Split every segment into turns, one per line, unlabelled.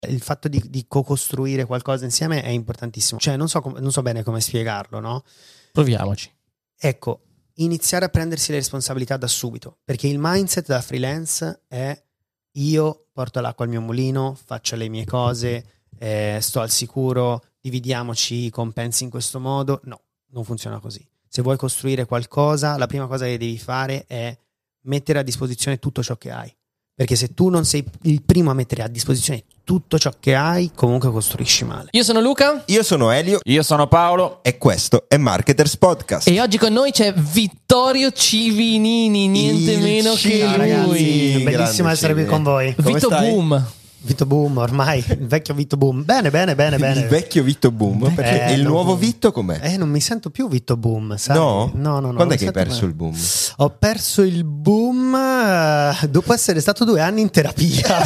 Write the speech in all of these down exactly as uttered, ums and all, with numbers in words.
Il fatto di, di co-costruire qualcosa insieme è importantissimo. Cioè, non so, com- non so bene come spiegarlo, no?
Proviamoci.
Ecco, iniziare a prendersi le responsabilità da subito, perché il mindset da freelance è: io porto l'acqua al mio mulino, faccio le mie cose, eh, sto al sicuro, dividiamoci i compensi in questo modo. No, non funziona così. Se vuoi costruire qualcosa, la prima cosa che devi fare è mettere a disposizione tutto ciò che hai. Perché se tu non sei il primo a mettere a disposizione tutto ciò che hai, comunque costruisci male.
Io sono Luca.
Io sono Elio.
Io sono Paolo.
E questo è Marketers Podcast.
E oggi con noi c'è Vittorio Civinini, niente
Il
meno
Civini.
che
Ciao ragazzi,
lui.
bellissimo essere qui con voi.
Come
Vito
stai?
Boom.
Vito Boom, ormai, il vecchio Vito Boom. Bene, bene, bene, bene.
Il vecchio Vitto Boom. Perché
Eh,
il
no.
nuovo Vitto com'è?
Eh, non mi sento più Vitto Boom, sai?
No?
No, no, no.
Quando è
non
che hai
mi sento
perso
più.
il boom?
Ho perso il boom eh, dopo essere stato due anni in terapia.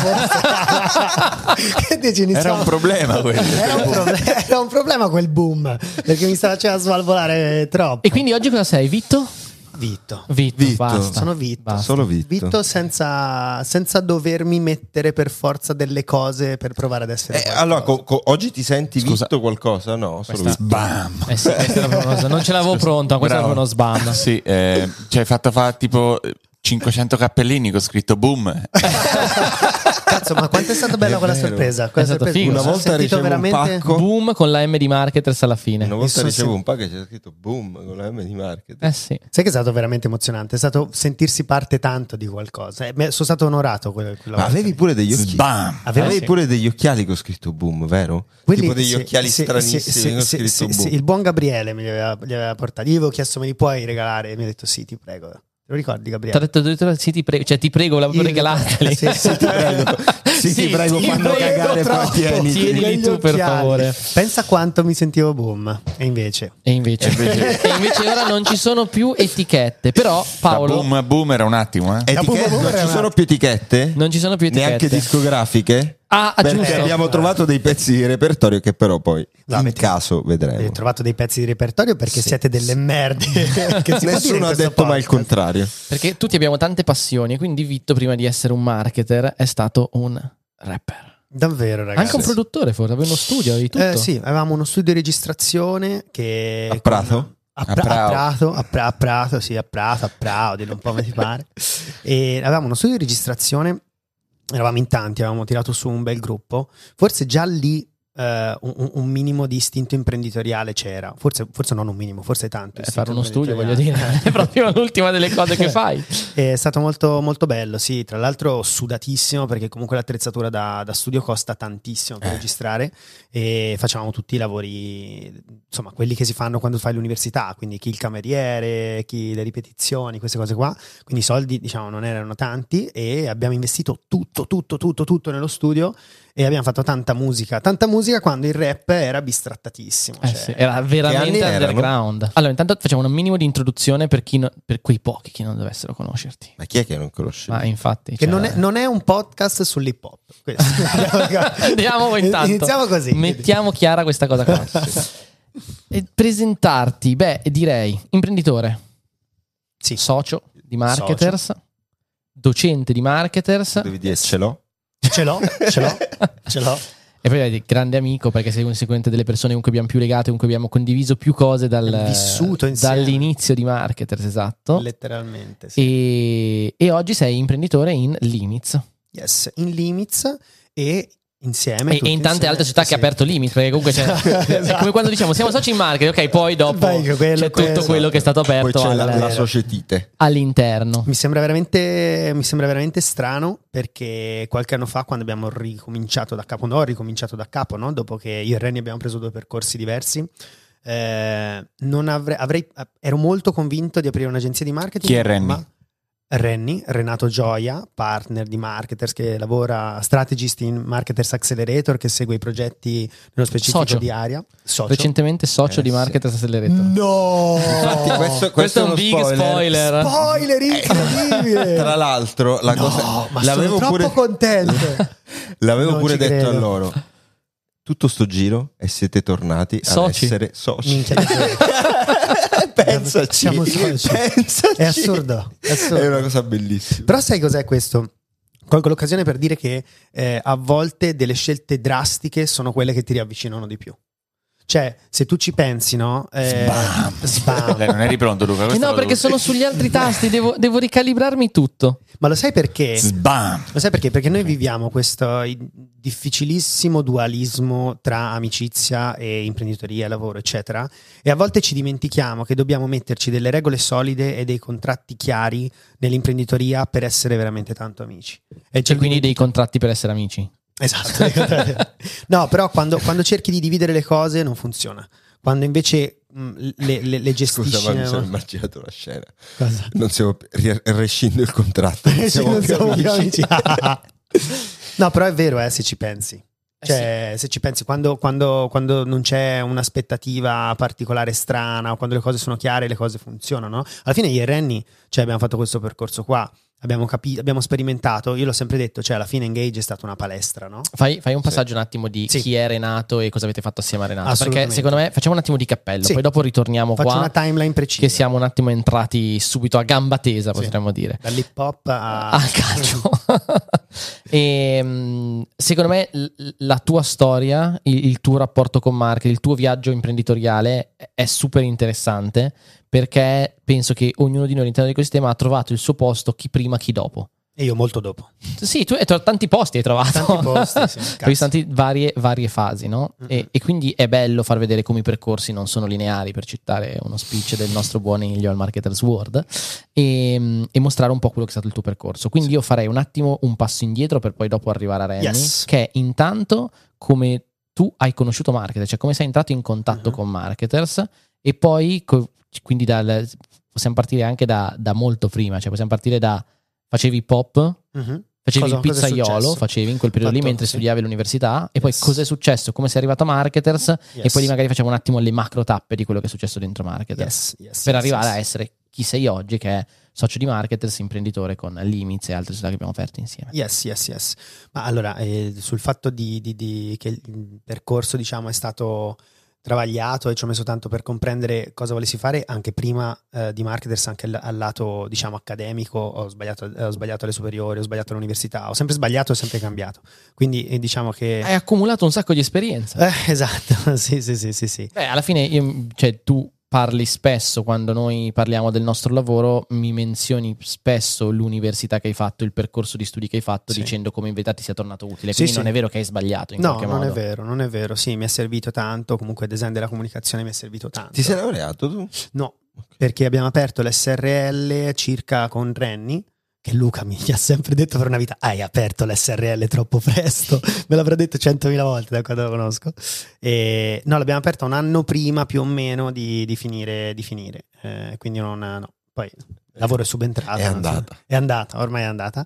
Forse. Che dici, iniziamo-
Era un problema quello.
Era un, proble- era un problema quel boom, perché mi stava facendo svalvolare troppo.
E quindi oggi cosa sei, Vitto?
Vitto.
Vitto,
Vitto.
basta.
Sono Vitto.
Basta.
Solo Vitto.
Vitto senza, senza dovermi mettere per forza delle cose per provare ad essere
Eh,
qualcosa.
allora, co- co- oggi ti senti
Scusa.
Vitto qualcosa? No, solo
Questa-
Vitto.
Bam.
Eh sì, questa era proprio una- non ce l'avevo pronta, questo era
Bravo.
uno sbam.
Sì, eh, ci hai fatto fare tipo cinquecento cappellini con scritto boom.
Cazzo, ma quanto è stata bella
È
quella
vero.
sorpresa? Quella
È stato
sorpresa.
figo.
Mi
Una
sono
volta
sentito
ricevo un
veramente...
pacco.
Boom con la M di Marketers alla fine.
Una volta
Io so-
ricevo
sì.
un pack che c'era scritto boom con la M di marketing.
Eh sì.
Sai che è stato veramente emozionante? È stato sentirsi parte tanto di qualcosa. Eh, mi- sono stato onorato quella, quella
Ma
volta.
avevi pure degli occhi.
Bam.
Avevo-
Avevi
sì.
pure degli occhiali con scritto boom, vero?
Quelli-
tipo degli
sì,
occhiali
sì,
stranissimi
sì, sì,
con
sì,
scritto
sì,
boom.
sì, il buon Gabriele mi li aveva, li aveva portati. Io avevo chiesto: me li puoi regalare? E mi ha detto sì, ti prego. Te lo ricordi,
Ti ho
Gabriele?
detto, ti ho detto, sì, ti prego, cioè ti prego, l'avevo
Io-
regalateli.
Sì, sì, ti prego.
Sì, ti prego, fanno cagare, poi tieni.
Tienili
Negli
tu, per
occhiali.
favore.
Pensa quanto mi sentivo boom. E invece...
E invece, e invece ora non ci sono più etichette. Però Paolo,
Da boom boom era un attimo, eh.
Etichette?
boom, boom,
Non
era
ci
una-
sono più etichette?
non ci sono più etichette.
Neanche discografiche?
Ah,
Perché
giusto.
abbiamo trovato dei pezzi di repertorio che però poi
No,
in
avete-
caso
Ho
vedremo.
trovato dei pezzi di repertorio perché siete delle merde. Che si può dire in
Nessuno ha
questo
detto mai il
podcast?
contrario.
Perché tutti abbiamo tante passioni. E quindi Vitto, prima di essere un marketer, è stato un rapper.
Davvero, ragazzi.
Anche un produttore, forse. Aveva uno studio, avevi tutto.
Eh, sì, avevamo uno studio di registrazione che...
A Prato?
A,
A
Pra- a
Prao.
Prato, a, Pra- a Prato, sì, a Prato, a Prao, dillo un po' come ti pare. E avevamo uno studio di registrazione, eravamo in tanti, avevamo tirato su un bel gruppo. Forse già lì eh, un, un minimo di istinto imprenditoriale c'era. Forse, forse non un minimo, forse tanto.
Eh,
istinto
fare uno studio, voglio
imprenditoriale.
dire, è proprio l'ultima delle cose che fai.
È stato molto, molto bello, sì. Tra l'altro sudatissimo, perché comunque l'attrezzatura da, da studio costa tantissimo per
Eh.
registrare, e facevamo tutti i lavori, insomma, quelli che si fanno quando fai l'università, quindi chi il cameriere, chi le ripetizioni, queste cose qua. Quindi i soldi, diciamo, non erano tanti, e abbiamo investito tutto, tutto, tutto, tutto nello studio, e abbiamo fatto tanta musica, tanta musica quando il rap era bistrattatissimo.
Eh
cioè-
sì, era
Che anni
veramente
erano?
underground. Allora, intanto facciamo un minimo di introduzione per, chi no- per quei pochi che non dovessero conoscerti.
Ma chi è che non conosce?
Ma infatti,
Che
cioè-
non è, non è un podcast sull'hip hop. Questo.
Andiamo intanto.
Iniziamo così.
Mettiamo chiara questa cosa qua. E presentarti, beh, direi imprenditore,
Sì.
socio di Marketers, docente di Marketers,
Devi dire ce l'ho?
Ce l'ho, ce l'ho, ce l'ho.
e poi vedi, grande amico, perché sei un seguente delle persone con cui abbiamo più legato, con cui abbiamo condiviso più cose dal,
Vissuto insieme.
dall'inizio di Marketers, esatto.
Letteralmente, sì.
E, e oggi sei imprenditore in Limits
Yes, in Limits e insieme.
e,
tutti
e in tante
insieme,
altre città
sì.
che ha aperto Limits, perché comunque c'è, è come quando diciamo siamo soci in marketing, ok, poi dopo
Vai, quello-
c'è tutto
quello-
quello che è stato
Poi
aperto
c'è la,
al-
la societite.
all'interno.
Mi sembra veramente, mi sembra veramente strano, perché qualche anno fa, quando abbiamo ricominciato da capo, no, ho ricominciato da capo, no? Dopo che io e Renny abbiamo preso due percorsi diversi, eh, non avrei, avrei, ero molto convinto di aprire un'agenzia di marketing.
Chi è Renny?
ma- Renny, Renato Gioia, partner di Marketers, che lavora strategist in Marketers Accelerator, che segue i progetti nello specifico
Socio.
di area. Socio.
Recentemente socio
Eh,
di
sì.
Marketers Accelerator.
No!
Infatti questo,
Questo è un
uno
big spoiler.
Spoiler incredibile!
Tra l'altro, la
No,
cosa
ma
l'avevo
sono troppo
pure,
contento.
l'avevo
Non
pure
ci
detto
credo.
a loro. Tutto sto giro e siete tornati
Soci.
ad essere soci.
Minchia,
Pensaci,
siamo soci.
pensaci.
È assurdo, è assurdo.
È una cosa bellissima.
Però sai cos'è questo? colgo l'occasione per dire che eh, a volte delle scelte drastiche sono quelle che ti riavvicinano di più. Cioè, se tu ci pensi, no? Eh,
Sbam.
sbam.
Lei non eri pronto, Luca?
Eh
Questo
no,
lo
perché
devo-
sono sugli altri tasti, devo, devo ricalibrarmi tutto.
Ma lo sai perché?
Sbam.
Lo sai perché? Perché noi viviamo questo difficilissimo dualismo tra amicizia e imprenditoria, lavoro, eccetera. E a volte ci dimentichiamo che dobbiamo metterci delle regole solide e dei contratti chiari nell'imprenditoria per essere veramente tanto amici. E
C'è quindi dei contratti per essere amici.
Esatto. No, però quando, quando cerchi di dividere le cose non funziona. Quando invece mh, le, le, le gestisci...
Scusa, ma mi
nel-
sono immaginato la scena.
Cosa?
Non siamo ri- rescindo il contratto. Non
Sì,
siamo
non
più
siamo più
amici.
amici. No, però è vero, eh, se ci pensi. Cioè, se ci pensi, quando, quando, quando non c'è un'aspettativa particolare strana o quando le cose sono chiare, le cose funzionano. Alla fine io e Renny, cioè, abbiamo fatto questo percorso qua, abbiamo capito, abbiamo sperimentato. Io l'ho sempre detto, cioè, alla fine Engage è stata una palestra, no?
Fai, fai un passaggio un attimo di
Sì.
chi è Renato e cosa avete fatto assieme a Renato. Perché
Assolutamente.
secondo me facciamo un attimo di cappello,
Sì.
poi dopo ritorniamo
Faccio
qua.
una timeline precisa.
Che siamo un attimo entrati subito a gamba tesa,
Sì.
potremmo dire.
Dall'hip hop a...
Al calcio. E mh, secondo me l- la tua storia, il, il tuo rapporto con marketing, il tuo viaggio imprenditoriale è- è super interessante, perché penso che ognuno di noi all'interno dell'ecosistema ha trovato il suo posto, chi prima chi dopo.
E io molto dopo.
Sì, tu hai trovato tanti posti, hai trovato.
Tanti posti, sì,
Hai
cazzo.
visto tanti varie, varie fasi, no?
Mm-mm.
E, e quindi è bello far vedere come i percorsi non sono lineari, per citare uno speech del nostro buon Elio al Marketers World, e, e mostrare un po' quello che è stato il tuo percorso. Quindi io farei un attimo un passo indietro per poi dopo arrivare a Renny,
Yes.
che è intanto come tu hai conosciuto marketer, cioè come sei entrato in contatto
Mhm.
con marketers, e poi co- quindi dal, possiamo partire anche da, da molto prima, cioè possiamo partire da facevi pop.
Mhm.
Facevi
Cosa-
il
cosa è
pizzaiolo,
successo?
facevi in quel periodo lì
Fatto,
mentre
sì.
studiavi all'università, e poi
Yes.
cosa è successo, come sei arrivato a Marketers, e
Yes.
poi lì magari facciamo un attimo le macro tappe di quello che è successo dentro
Yes,
Marketers,
yes,
per
yes,
arrivare
yes.
a essere chi sei oggi, che è socio di Marketers, imprenditore con Limits e altre società che abbiamo aperto insieme.
Yes, yes, yes. Ma allora, eh, sul fatto di, di- di- che il percorso, diciamo, è stato travagliato e ci ho messo tanto per comprendere cosa volessi fare, anche prima eh, di Marketers, anche al, al lato, diciamo, accademico, ho sbagliato, ho sbagliato alle superiori, ho sbagliato all'università, ho sempre sbagliato e ho sempre cambiato. Quindi eh, diciamo che...
Hai accumulato un sacco di esperienza.
Eh, esatto, sì, sì, sì, sì, sì.
Beh, alla fine io- cioè, tu parli spesso, quando noi parliamo del nostro lavoro, mi menzioni spesso l'università che hai fatto, il percorso di studi che hai fatto,
Sì.
dicendo come in verità ti sia tornato utile.
Sì,
Quindi
sì.
non è vero che hai sbagliato in
No,
qualche
non
modo.
è vero, non è vero. Sì, mi è servito tanto, comunque il design della comunicazione mi è servito tanto.
Ti sei laureato tu?
No, perché abbiamo aperto l'S R L circa con Renny, che Luca mi ha sempre detto per una vita: hai aperto l'S R L troppo presto. Me l'avrà detto centomila volte da quando lo conosco. E, no, l'abbiamo aperta un anno prima più o meno di, di finire, di finire. Eh, quindi non, no. Poi il lavoro è subentrato.
È
no?
andata.
È andata, ormai è andata.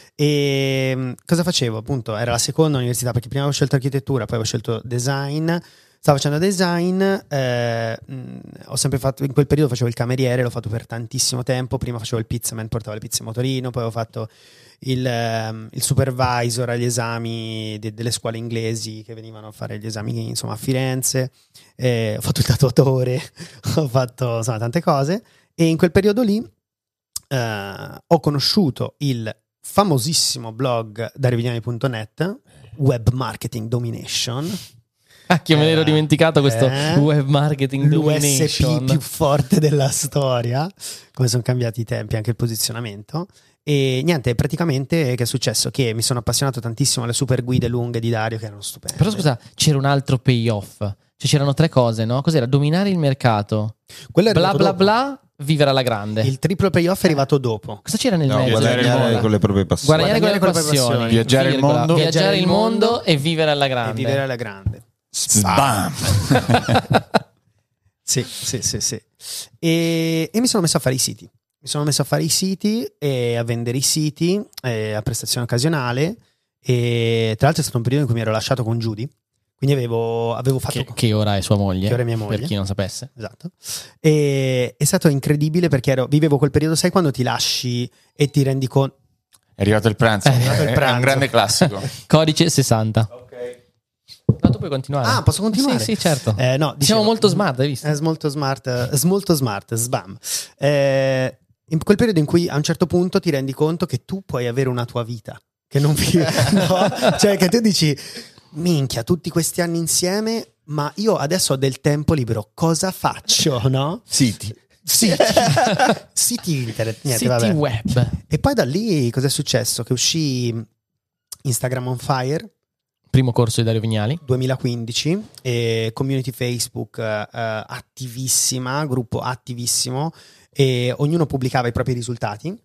E mh, cosa facevo? Appunto, era la seconda università, perché prima avevo scelto architettura, poi avevo scelto design. Stavo facendo design, eh, mh, ho sempre fatto, in quel periodo facevo il cameriere, l'ho fatto per tantissimo tempo. Prima facevo il pizzaman, portavo le pizze in motorino, poi avevo fatto il, ehm, il supervisor agli esami de- delle scuole inglesi che venivano a fare gli esami, insomma, a Firenze. Eh, ho fatto il tatuatore, ho fatto, insomma, tante cose. E in quel periodo lì eh, ho conosciuto il famosissimo blog darivignani punto net, Web Marketing Domination.
Ah, che me l'ero
Eh,
dimenticato questo
eh,
web marketing
l'U S
domination.
P più forte della storia, come sono cambiati i tempi, anche il posizionamento. E niente, praticamente che è successo? Che mi sono appassionato tantissimo alle super guide lunghe di Dario, che erano stupende.
Però scusa, c'era un altro payoff. Cioè c'erano tre cose, no? Cos'era? Dominare il mercato.
Quello è
Bla
arrivato
bla
dopo.
bla, vivere alla grande.
Il triplo payoff è arrivato dopo.
Cosa c'era nel
No,
mezzo?
guadagnare il
guadagnare
mondo.
con le proprie passioni.
Guadagnare con le
Guadagnare con le
passioni.
passioni.
Viaggiare il
Virgola.
mondo.
Viaggiare il mondo
mondo
e vivere alla
E
grande.
vivere alla grande.
Sbam.
Sì, sì, sì, sì. E, e mi sono messo a fare i siti. Mi sono messo a fare i siti e a vendere i siti eh, a prestazione occasionale. E tra l'altro è stato un periodo in cui mi ero lasciato con Judy. Quindi avevo, avevo fatto...
Che, che ora è sua moglie.
Che ora è mia moglie.
Per chi non sapesse.
Esatto. E è stato incredibile perché ero, vivevo quel periodo, sai, quando ti lasci e ti rendi conto...
È arrivato il pranzo.
È
arrivato il
È
pranzo.
un grande classico.
Codice sessanta. No, tu puoi continuare.
Ah, posso continuare?
Sì, sì, certo.
Eh, no,
Siamo
dicevo-
molto smart, hai visto?
È molto smart, eh, molto smart, sbam. Eh, in quel periodo in cui a un certo punto ti rendi conto che tu puoi avere una tua vita, che non vi... no? Cioè che tu dici, minchia, tutti questi anni insieme, ma io adesso ho del tempo libero, cosa faccio, no?
Siti.
Siti, siti internet, niente,
Siti
vabbè.
web.
E poi da lì cos'è successo? Che uscì Instagram on Fire
Primo corso di Dario Vignali.
duemilaquindici, e community Facebook eh, attivissima, gruppo attivissimo, e ognuno pubblicava i propri risultati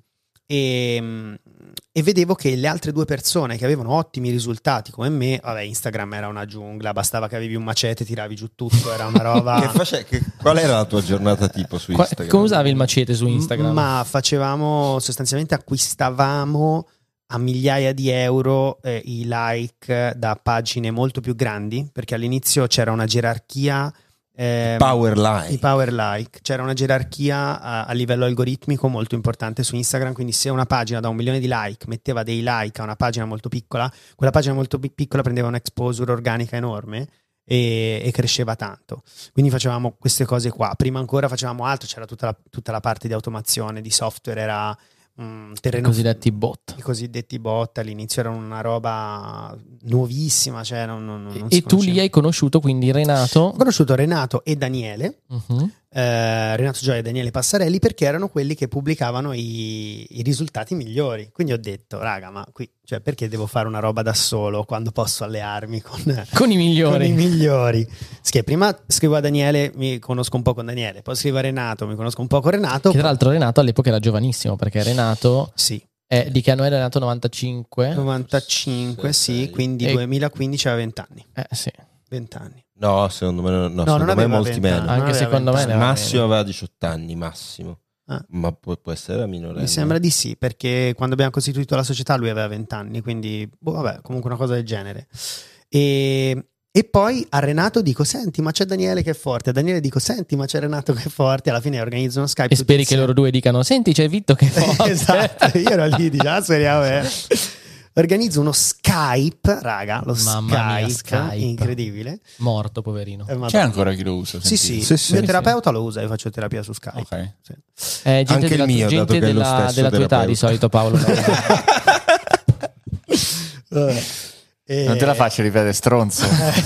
e, e vedevo che le altre due persone che avevano ottimi risultati come me, vabbè, Instagram era una giungla, bastava che avevi un macete, tiravi giù tutto, era una roba...
Che face- che- qual era la tua giornata tipo su
Qua-
Instagram?
come usavi il macete su Instagram?
Ma facevamo, sostanzialmente acquistavamo a migliaia di euro eh, i like da pagine molto più grandi, perché all'inizio c'era una gerarchia eh,
Power like.
i power like, c'era una gerarchia a, a livello algoritmico molto importante su Instagram, quindi se una pagina da un milione di like metteva dei like a una pagina molto piccola, quella pagina molto pi- piccola prendeva un'exposure organica enorme e, e cresceva tanto. Quindi facevamo queste cose qua. Prima ancora facevamo altro, c'era tutta la, tutta la parte di automazione, di software, era un terreno...
I cosiddetti bot.
I cosiddetti bot all'inizio erano una roba nuovissima, cioè non, non, non
E
si
tu
conosceva.
lì hai conosciuto quindi Renato.
Ho conosciuto Renato e Daniele,
Mhm.
eh, Renato Gioia e Daniele Passarelli, perché erano quelli che pubblicavano i, i risultati migliori. Quindi ho detto, raga, ma qui, cioè, perché devo fare una roba da solo quando posso allearmi con,
Con i
con
migliori.
i migliori? Perché prima scrivo a Daniele, mi conosco un po' con Daniele, poi scrivo a Renato, mi conosco un po' con Renato.
Che tra l'altro Renato all'epoca era giovanissimo, perché Renato
Sì,
è di che anno era Renato? novantacinque?
novantacinque, sì,
Sì.
quindi
E-
duemilaquindici aveva venti anni.
Eh sì.
venti anni.
No, secondo me, no,
non
secondo me
aveva
molti
vent'anni,
meno.
non
Anche
aveva
secondo me
vent'anni.
ne aveva
Massimo
meno.
aveva diciotto anni, massimo.
Ah.
Ma può, può essere minorenne.
Mi sembra di sì, perché quando abbiamo costituito la società lui aveva venti anni, quindi boh, vabbè, comunque una cosa del genere. E, e poi a Renato dico, senti, ma c'è Daniele che è forte. A Daniele dico, senti, ma c'è Renato che è forte. Alla fine organizzo uno Skype.
E speri
tutti
che loro due dicano: senti, c'è Vitto che è forte.
Esatto, io ero lì, diciamo, speriamo. eh. Organizzo uno Skype, raga, lo
Mamma mia,
Skype,
Skype.
incredibile.
Morto, poverino.
Eh,
C'è ancora chi lo usa?
Sì,
sentite?
sì,
Sì, sì,
il mio
sì.
terapeuta lo usa, io faccio terapia su Skype.
Ok.
Sì.
Eh, gente
Anche il
della,
mio, dato
gente
che è lo
della,
stesso
della tua età
terapeuta.
di solito, Paolo. no?
Vabbè. E-
Non te la faccio ripetere, stronzo.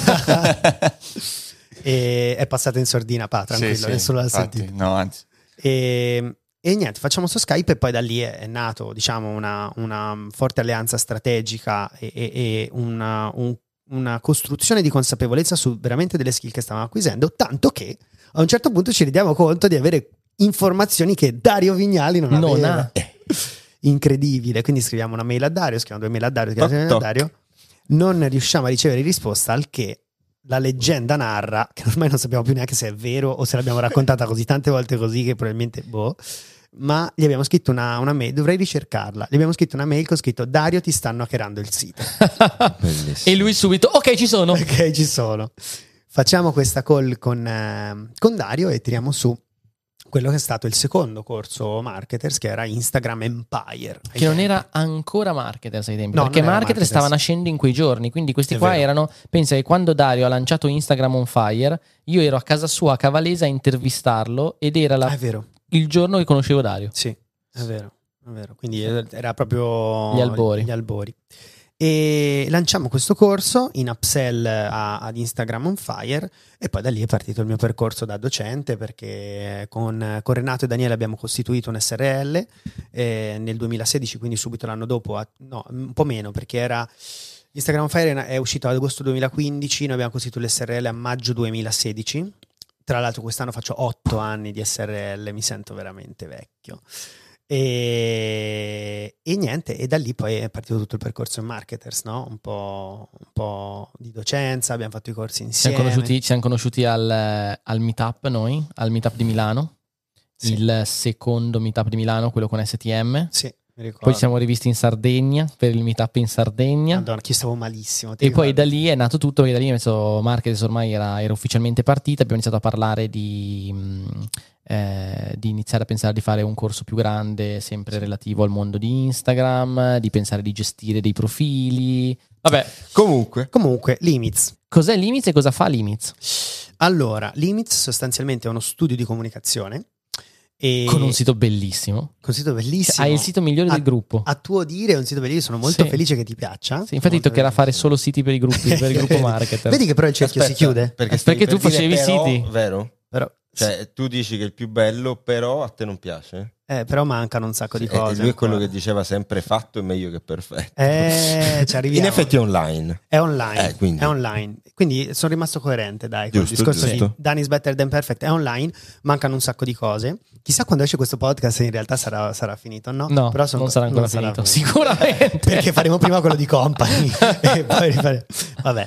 e è passata in sordina, pa, tranquillo,
Sì, sì,
nessuno l'ha
infatti,
sentito.
no, anzi.
E, e niente, facciamo sto Skype e poi da lì è, è nato, diciamo, una, una forte alleanza strategica e, e- e una, un- una costruzione di consapevolezza su veramente delle skill che stavamo acquisendo, tanto che a un certo punto ci rendiamo conto di avere informazioni che Dario Vignali non,
Non
aveva.
ha.
Incredibile, quindi scriviamo una mail a Dario, scriviamo due mail a Dario, scriviamo una
Toc,
mail a Dario, non riusciamo a ricevere risposta, al che la leggenda narra, che ormai non sappiamo più neanche se è vero o se l'abbiamo raccontata così tante volte così che probabilmente boh, ma gli abbiamo scritto una, una mail, dovrei ricercarla, gli abbiamo scritto una mail con scritto: Dario, ti stanno hackerando il sito.
Bellissimo.
E lui subito: ok, ci sono.
Ok, ci sono. Facciamo questa call con, eh, con Dario e tiriamo su quello che è stato il secondo corso Marketers, che era Instagram Empire. ai
Che non
tempi.
era ancora Marketers ai tempi,
No,
perché
non era
Marketers stava
Marketers.
nascendo in quei giorni, quindi questi
È
qua
vero.
erano, pensa che quando Dario ha lanciato Instagram on Fire, io ero a casa sua a Cavalese a intervistarlo ed era la-
Ah, è vero,
il giorno che conoscevo Dario.
sì, è vero, è vero. Quindi era proprio
Gli albori.
gli albori. E lanciamo questo corso in upsell a- ad Instagram on Fire e poi da lì è partito il mio percorso da docente, perché con, con Renato e Daniele abbiamo costituito un S R L eh, nel duemilasedici, quindi subito l'anno dopo, a- no, un po' meno, perché era Instagram on Fire è uscito ad agosto duemilaquindici, noi abbiamo costituito l'S R L a maggio duemilasedici. Tra l'altro quest'anno faccio otto anni di S R L, mi sento veramente vecchio. E, e niente, e da lì poi è partito tutto il percorso in Marketers, no? Un po', un po' di docenza, abbiamo fatto i corsi
Ci
insieme.
siamo conosciuti, ci siamo conosciuti al, al meetup noi, al meetup di Milano,
Sì.
il secondo meetup di Milano, quello con S T M.
Sì, mi ricordo.
Poi ci siamo rivisti in Sardegna per il meetup in Sardegna.
Madonna, che io stavo malissimo. ti
E poi
ricordi?
da lì è nato tutto, perché da lì ho messo Marketers, ormai era, era ufficialmente partita, abbiamo iniziato a parlare di, mh, eh, di iniziare a pensare di fare un corso più grande, sempre relativo al mondo di Instagram, di pensare di gestire dei profili. Vabbè,
Comunque,
Comunque, Limits.
cos'è Limits e cosa fa Limits?
Allora, Limits sostanzialmente è uno studio di comunicazione E
Con un sito bellissimo.
Con un sito bellissimo.
Cioè, hai il sito migliore
a,
del gruppo.
A tuo dire è un sito bellissimo, sono molto
Sì.
felice che ti piaccia.
Sì, infatti
Molto
toccherà
felice.
fare solo siti per i gruppi, per il gruppo marketer.
Vedi che però il cerchio
Aspetta,
si chiude?
Perché,
Eh,
stavi
perché tu
per dire
facevi i
però,
siti.
Vero?
Però,
Cioè, tu dici che è il più bello, però a te non piace?
eh, però mancano un sacco di
Sì, e
cose.
lui è quello
ancora.
che diceva sempre fatto è meglio che perfetto.
Eh, ci arriviamo.
In effetti è online.
È online,
Eh, quindi.
è online. Quindi sono rimasto coerente, dai, con il
Giusto,
discorso
giusto.
di Done is better than perfect. È online, mancano un sacco di cose. Chissà quando esce questo podcast in realtà sarà, sarà finito, no?
No,
Però sono-
non sarà ancora
sarà
finito. Sicuramente.
Perché faremo prima quello di Company. e poi rifare- Vabbè.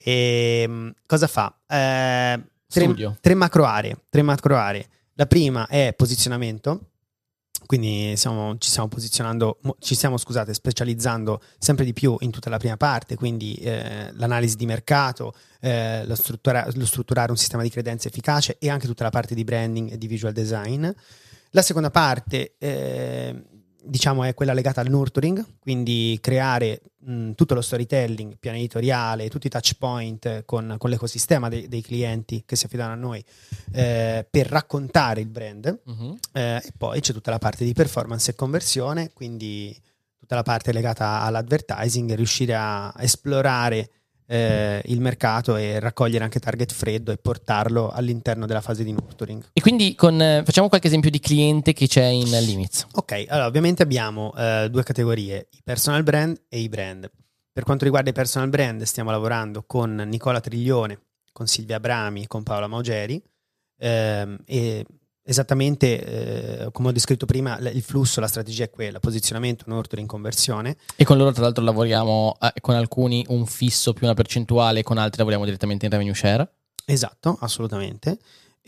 E, cosa fa? Eh, tre,
Studio.
tre macro aree. Tre macro aree. La prima è posizionamento. Quindi siamo, ci stiamo posizionando, mo- ci stiamo scusate, specializzando sempre di più in tutta la prima parte, quindi eh, l'analisi di mercato, eh, lo, struttura- lo strutturare un sistema di credenze efficace e anche tutta la parte di branding e di visual design. La seconda parte, eh, diciamo, è quella legata al nurturing, quindi creare mh, tutto lo storytelling, piano editoriale, tutti i touch point con, con l'ecosistema dei, dei clienti che si affidano a noi eh, per raccontare il brand.
Mhm.
Eh, e poi c'è tutta la parte di performance e conversione, quindi tutta la parte legata all'advertising, riuscire a esplorare eh, il mercato e raccogliere anche target freddo e portarlo all'interno della fase di nurturing.
E quindi con, eh, facciamo qualche esempio di cliente che c'è in Limits.
Ok, allora ovviamente abbiamo eh, due categorie, i personal brand e i brand. Per quanto riguarda i personal brand stiamo lavorando con Nicola Triglione, con Silvia Abrami e con Paola Maugeri ehm, e esattamente eh, come ho descritto prima l- il flusso, la strategia è quella, posizionamento, nurturing, conversione.
E con loro tra l'altro lavoriamo eh, con alcuni un fisso più una percentuale, con altri lavoriamo direttamente in revenue share.
Esatto, assolutamente.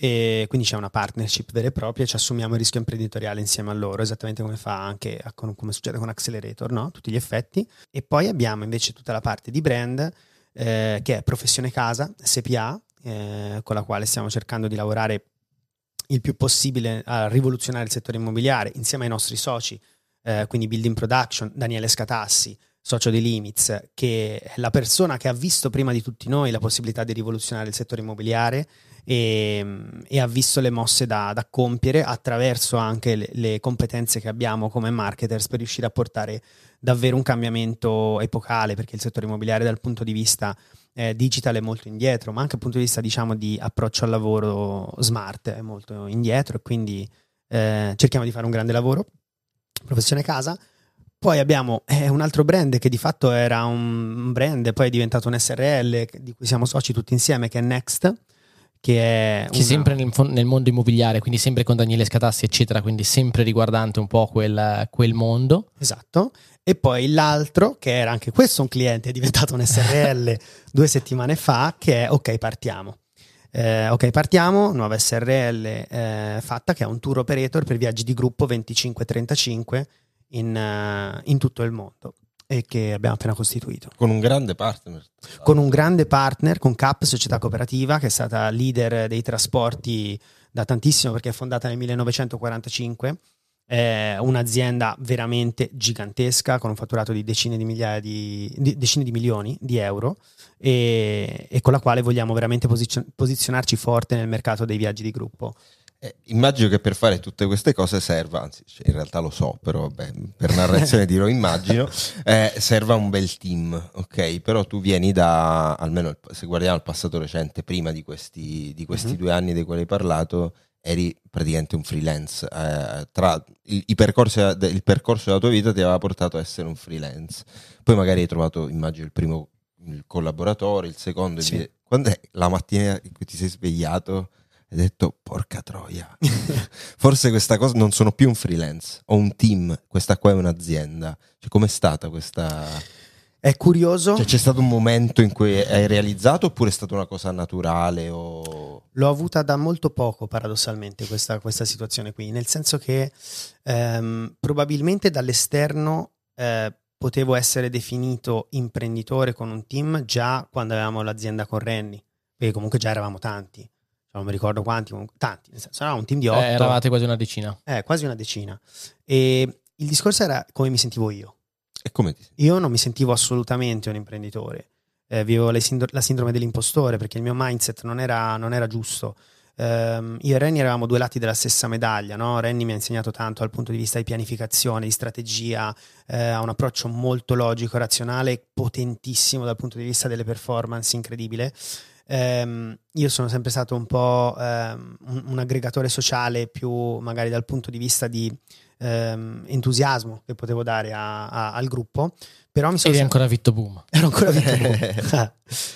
E quindi c'è una partnership vera e propria, ci assumiamo il rischio imprenditoriale insieme a loro, esattamente come fa anche con- come succede con Accelerator, no? Tutti gli effetti. E poi abbiamo invece tutta la parte di brand eh, che è Professione Casa S P A, eh, con la quale stiamo cercando di lavorare il più possibile a rivoluzionare il settore immobiliare insieme ai nostri soci, eh, quindi Building Production, Daniele Scatassi, socio di Limits, che è la persona che ha visto prima di tutti noi la possibilità di rivoluzionare il settore immobiliare e, e ha visto le mosse da, da compiere attraverso anche le, le competenze che abbiamo come marketers per riuscire a portare davvero un cambiamento epocale, perché il settore immobiliare dal punto di vista eh, digital è molto indietro, ma anche dal punto di vista diciamo di approccio al lavoro smart è molto indietro e quindi eh, cerchiamo di fare un grande lavoro. Professione Casa. Poi abbiamo eh, un altro brand che di fatto era un brand, poi è diventato un S R L di cui siamo soci tutti insieme, che è Next, che è
Che
una-
sempre nel, fon- nel mondo immobiliare, quindi sempre con Daniele Scatassi eccetera, quindi sempre riguardante un po' quel, quel mondo.
Esatto. E poi l'altro, che era anche questo un cliente, è diventato un S R L due settimane fa, che è Ok Partiamo. Eh, ok Partiamo, nuova S R L eh, fatta, che è un tour operator per viaggi di gruppo venticinque trentacinque in, uh, in tutto il mondo e che abbiamo appena costituito.
Con un grande partner.
Con un grande partner, con C A P, Società Cooperativa, che è stata leader dei trasporti da tantissimo perché è fondata nel millenovecentoquarantacinque. È un'azienda veramente gigantesca con un fatturato di decine di migliaia di, di decine di milioni di euro e, e con la quale vogliamo veramente posizio- posizionarci forte nel mercato dei viaggi di gruppo.
Eh, immagino che per fare tutte queste cose serva, anzi cioè, in realtà lo so, però vabbè, per narrazione dirò immagino, eh, serva un bel team, ok? Però tu vieni da, almeno se guardiamo il passato recente, prima di questi, di questi
Mhm.
due anni dei quali hai parlato, eri praticamente un freelance. Eh, tra il, i percorsi, il percorso della tua vita ti aveva portato a essere un freelance. Poi magari hai trovato, immagino, il primo il collaboratore, il secondo.
Sì.
Il, quando è la mattina in cui ti sei svegliato e hai detto porca troia, forse questa cosa non sono più un freelance, ho un team, questa qua è un'azienda. Cioè, com'è stata questa...
È curioso.
Cioè, c'è stato un momento in cui hai realizzato oppure è stata una cosa naturale o...
L'ho avuta da molto poco, paradossalmente, questa, questa situazione qui, nel senso che ehm, probabilmente dall'esterno eh, potevo essere definito imprenditore con un team già quando avevamo l'azienda con Renny, perché comunque già eravamo tanti, cioè, non mi ricordo quanti, comunque, tanti, nel senso eravamo un team di otto,
Eh, eravate quasi una decina.
eh, quasi una decina. E il discorso era come mi sentivo io.
E come ti
Io non mi sentivo assolutamente un imprenditore, eh, vivevo la, sindro- la sindrome dell'impostore perché il mio mindset non era, non era giusto. ehm, io e Renny eravamo due lati della stessa medaglia, no? Renny mi ha insegnato tanto dal punto di vista di pianificazione, di strategia, eh, ha un approccio molto logico, razionale, potentissimo dal punto di vista delle performance, incredibile. Um, io sono sempre stato un po' um, un, un aggregatore sociale, più magari dal punto di vista di um, entusiasmo che potevo dare a, a, al gruppo, però mi sono
eri
sempre...
ancora Vitto Boom
ero ancora Vitto Boom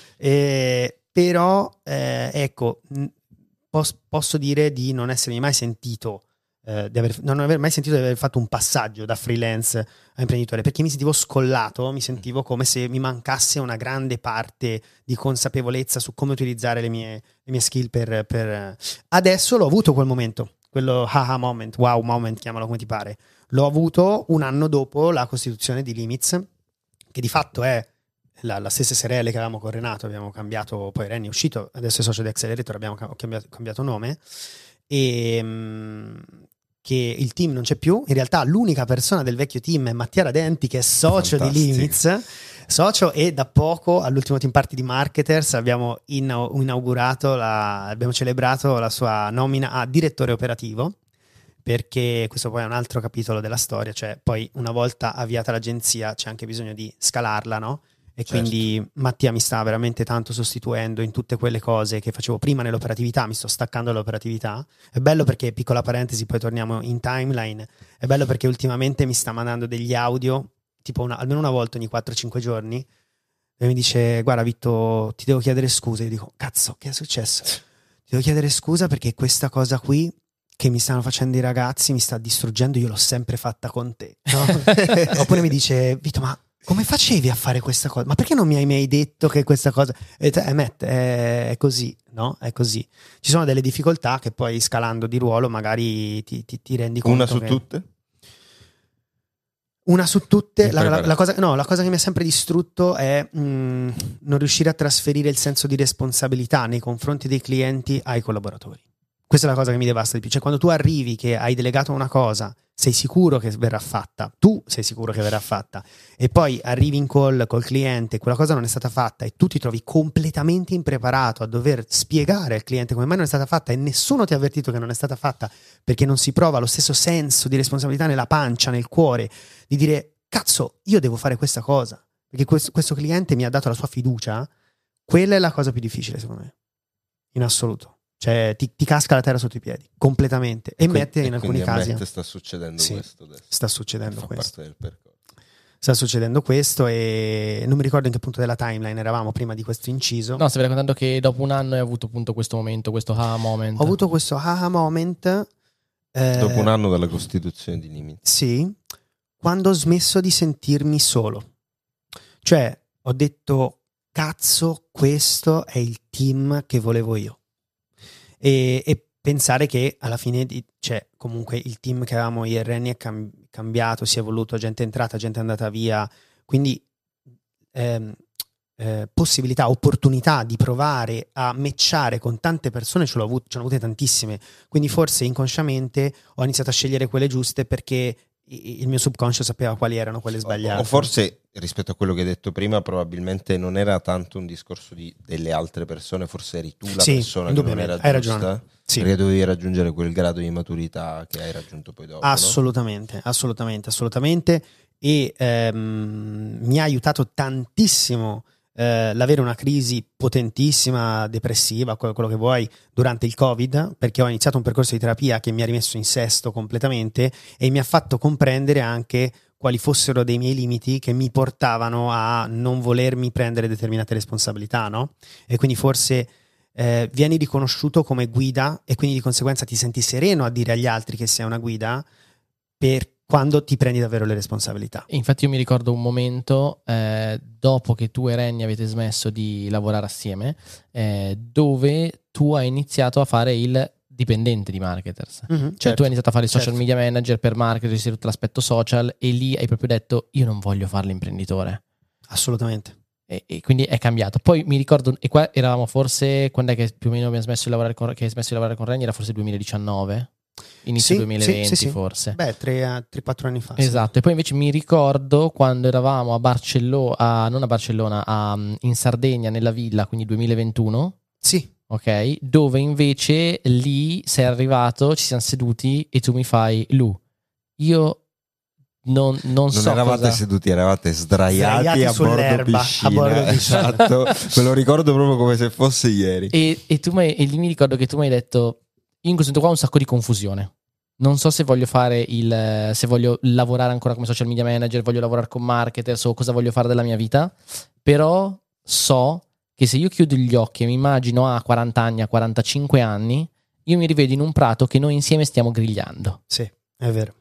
e, però eh, ecco pos- posso dire di non essermi mai sentito eh, di aver, non aver mai sentito di aver fatto un passaggio da freelance a imprenditore, perché mi sentivo scollato, mi sentivo come se mi mancasse una grande parte di consapevolezza su come utilizzare le mie, le mie skill per, per... Adesso l'ho avuto quel momento, quello haha moment, wow moment, chiamalo come ti pare, l'ho avuto un anno dopo la costituzione di Limits, che di fatto è la, la stessa S R L che avevamo con Renato, abbiamo cambiato, poi Renny è uscito, adesso è socio di Accelerator, abbiamo cambiato, cambiato nome, e mh, che il team non c'è più, in realtà l'unica persona del vecchio team è Mattia Radenti, che è socio Fantastico. Di Limits, socio, e da poco all'ultimo team party di Marketers abbiamo inaugurato la, abbiamo celebrato la sua nomina a direttore operativo, perché questo poi è un altro capitolo della storia, cioè poi una volta avviata l'agenzia c'è anche bisogno di scalarla, no? E certo. Quindi Mattia mi sta veramente tanto sostituendo in tutte quelle cose che facevo prima nell'operatività, mi sto staccando dall'operatività. È bello perché, piccola parentesi, poi torniamo in timeline, è bello perché ultimamente mi sta mandando degli audio, tipo una, almeno una volta ogni quattro cinque giorni, e mi dice: guarda Vitto, ti devo chiedere scusa. Io dico: cazzo, che è successo? Ti devo chiedere scusa perché questa cosa qui che mi stanno facendo i ragazzi mi sta distruggendo, io l'ho sempre fatta con te, no? Oppure mi dice: Vitto, ma come facevi a fare questa cosa? Ma perché non mi hai mai detto che questa cosa... E te, eh, Matt, è, è così, no? È così. Ci sono delle difficoltà che poi scalando di ruolo magari ti, ti, ti rendi conto.
Una su
che...
tutte?
Una su tutte, la, la, la, cosa, no, la cosa che mi ha sempre distrutto è mh, non riuscire a trasferire il senso di responsabilità nei confronti dei clienti ai collaboratori. Questa è la cosa che mi devasta di più. Cioè, quando tu arrivi che hai delegato una cosa, sei sicuro che verrà fatta, tu sei sicuro che verrà fatta, e poi arrivi in call col cliente, quella cosa non è stata fatta e tu ti trovi completamente impreparato a dover spiegare al cliente come mai non è stata fatta, e nessuno ti ha avvertito che non è stata fatta, perché non si prova lo stesso senso di responsabilità nella pancia, nel cuore, di dire: cazzo, io devo fare questa cosa perché questo, questo cliente mi ha dato la sua fiducia. Quella è la cosa più difficile, secondo me, in assoluto. Cioè ti, ti casca la terra sotto i piedi completamente, e, e mette in alcuni casi
a sta succedendo
sì,
questo adesso.
sta succedendo
fa
questo
parte del percorso.
sta succedendo questo, e non mi ricordo in che punto della timeline eravamo prima di questo inciso.
No, stavi raccontando che dopo un anno hai avuto appunto questo momento, questo aha moment.
Ho avuto questo aha moment eh,
dopo un anno dalla costituzione di Limits.
Sì, quando ho smesso di sentirmi solo. Cioè ho detto: cazzo, questo è il team che volevo io. E, e pensare che alla fine di, cioè, comunque il team che avevamo io e Renny è cam- cambiato, si è evoluto, gente è entrata, gente è andata via, quindi ehm, eh, possibilità, opportunità di provare a matchare con tante persone ce l'ho avuto, ce ne ho avute tantissime, quindi forse inconsciamente ho iniziato a scegliere quelle giuste perché il mio subconscio sapeva quali erano quelle sbagliate.
O forse, rispetto a quello che hai detto prima, probabilmente non era tanto un discorso di delle altre persone, forse eri tu la
sì,
persona che non era
hai
giusta,
ragione. Sì.
Perché dovevi raggiungere quel grado di maturità che hai raggiunto poi dopo.
Assolutamente, no? assolutamente, assolutamente. E ehm, mi ha aiutato tantissimo eh, l'avere una crisi potentissima, depressiva, quello, quello che vuoi, durante il Covid, perché ho iniziato un percorso di terapia che mi ha rimesso in sesto completamente e mi ha fatto comprendere anche quali fossero dei miei limiti che mi portavano a non volermi prendere determinate responsabilità, no? E quindi forse eh, vieni riconosciuto come guida e quindi di conseguenza ti senti sereno a dire agli altri che sei una guida per quando ti prendi davvero le responsabilità.
Infatti io mi ricordo un momento eh, dopo che tu e Renny avete smesso di lavorare assieme, eh, dove tu hai iniziato a fare il dipendente di Marketers.
Mm-hmm,
cioè
certo,
tu hai iniziato a fare il social
certo.
media manager per Marketers, tutto l'aspetto social, e lì hai proprio detto: io non voglio fare l'imprenditore.
Assolutamente.
E, e quindi è cambiato. Poi mi ricordo, e qua eravamo forse, quando è che più o meno abbiamo smesso di lavorare con, che hai smesso di lavorare con Renny? Era forse duemiladiciannove? Inizio
sì,
duemilaventi
sì, sì, sì.
forse.
Beh, tre quattro anni fa.
Esatto,
sì.
e poi invece mi ricordo quando eravamo a Barcellona, a, non a Barcellona, a, in Sardegna, nella villa, quindi duemilaventuno.
Sì.
ok? Dove invece lì sei arrivato, ci siamo seduti e tu mi fai Lu, io non, non,
Non
so
eravate
cosa...
seduti, eravate sdraiati,
Sdraiati
a, bordo
sull'erba,
piscina,
a bordo piscina.
esatto, me lo ricordo proprio come se fosse ieri.
E, e, tu m'hai- e lì mi ricordo che tu mi hai detto, io in questo momento qua ho un sacco di confusione. Non so se voglio fare il, se voglio lavorare ancora come social media manager, voglio lavorare con marketers o cosa voglio fare della mia vita, però so che se io chiudo gli occhi e mi immagino a quaranta anni, a quarantacinque anni, io mi rivedo in un prato che noi insieme stiamo grigliando.
Sì, è vero.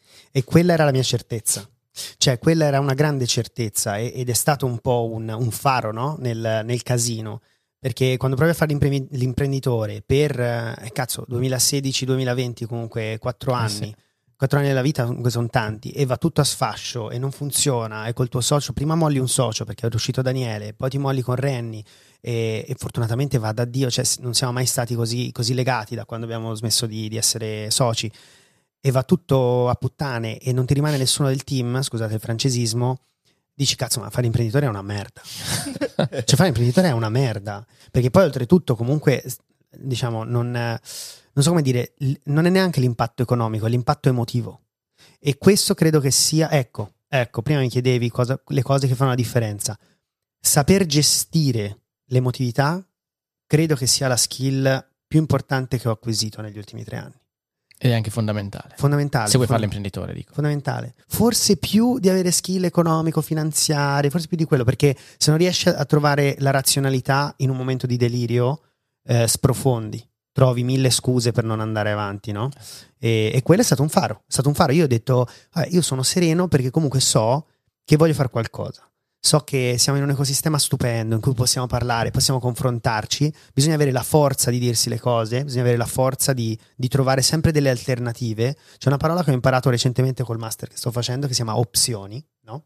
E quella era la mia certezza. Cioè, quella era una grande certezza e- ed è stato un po' un, un faro, no? nel, nel casino. Perché quando provi a fare l'impre- l'imprenditore per, eh, cazzo, duemilasedici duemilaventi, comunque quattro anni,
sì.
quattro anni della vita comunque sono tanti, e va tutto a sfascio e non funziona, e col tuo socio, prima molli un socio perché è uscito Daniele, poi ti molli con Renny, e, e fortunatamente va da Dio, cioè non siamo mai stati così, così legati da quando abbiamo smesso di, di essere soci, e va tutto a puttane e non ti rimane nessuno del team, scusate il francesismo, dici cazzo, ma fare imprenditore è una merda. Cioè fare imprenditore è una merda, perché poi oltretutto comunque diciamo non, non so come dire, non è neanche l'impatto economico, è l'impatto emotivo, e questo credo che sia, ecco, ecco prima mi chiedevi cosa, le cose che fanno la differenza. Saper gestire l'emotività credo che sia la skill più importante che ho acquisito negli ultimi tre anni.
Ed è anche fondamentale.
Fondamentale.
Se vuoi
fond-
fare l'imprenditore, dico.
Fondamentale. Forse più di avere skill economico, finanziarie, forse più di quello, perché se non riesci a trovare la razionalità in un momento di delirio, eh, sprofondi, trovi mille scuse per non andare avanti, no? E, e quello è stato un faro, è stato un faro. Io ho detto, vabbè, io sono sereno perché comunque so che voglio fare qualcosa. So che siamo in un ecosistema stupendo in cui possiamo parlare, possiamo confrontarci, bisogna avere la forza di dirsi le cose, bisogna avere la forza di, di trovare sempre delle alternative. C'è una parola che ho imparato recentemente col master che sto facendo che si chiama opzioni, no?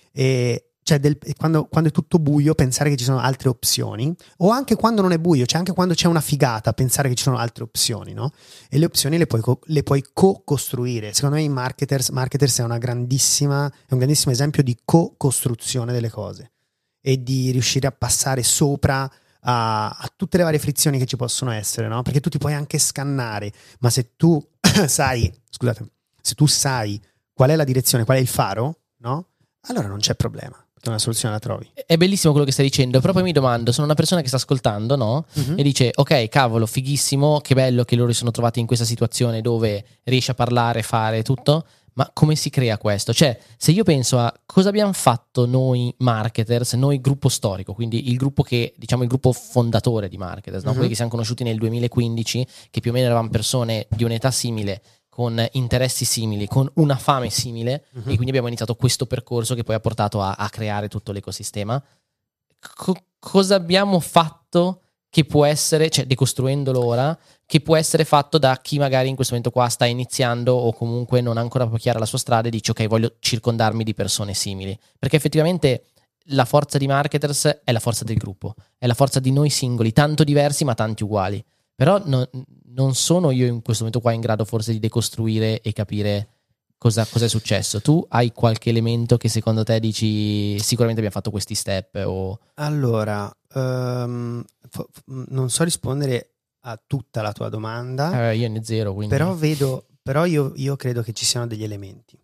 E cioè del, quando, quando è tutto buio pensare che ci sono altre opzioni, o anche quando non è buio, cioè anche quando c'è una figata pensare che ci sono altre opzioni, no? E le opzioni le puoi, co- le puoi co-costruire. Secondo me in marketers, marketers è una grandissima, è un grandissimo esempio di co-costruzione delle cose e di riuscire a passare sopra a, a tutte le varie frizioni che ci possono essere, no? Perché tu ti puoi anche scannare, ma se tu sai, scusate, se tu sai qual è la direzione, qual è il faro, no? Allora non c'è problema. Una soluzione la trovi.
È bellissimo quello che stai dicendo, però poi mi domando, sono una persona che sta ascoltando, no?
Mm-hmm.
E dice, ok, cavolo, fighissimo, che bello che loro si sono trovati in questa situazione dove riesci a parlare, fare tutto, ma come si crea questo? Cioè, se io penso a cosa abbiamo fatto noi marketers, noi gruppo storico, quindi il gruppo che, diciamo il gruppo fondatore di marketers, no?
Mm-hmm.
Quelli che siamo conosciuti nel duemilaquindici, che più o meno eravamo persone di un'età simile, con interessi simili, con una fame simile,
uh-huh.
e quindi abbiamo iniziato questo percorso che poi ha portato a, a creare tutto l'ecosistema. Co- cosa abbiamo fatto che può essere, cioè decostruendolo ora, che può essere fatto da chi magari in questo momento qua sta iniziando o comunque non ha ancora proprio chiara la sua strada e dice ok, voglio circondarmi di persone simili, perché effettivamente la forza di marketers è la forza del gruppo, è la forza di noi singoli, tanto diversi ma tanti uguali. Però no, non sono io in questo momento qua in grado forse di decostruire e capire cosa, cosa è successo. Tu hai qualche elemento che secondo te dici sicuramente abbiamo fatto questi step? O...
Allora, um, f- f- non so rispondere a tutta la tua domanda,
Eh, io ne zero, quindi...
però vedo, però io, io credo che ci siano degli elementi.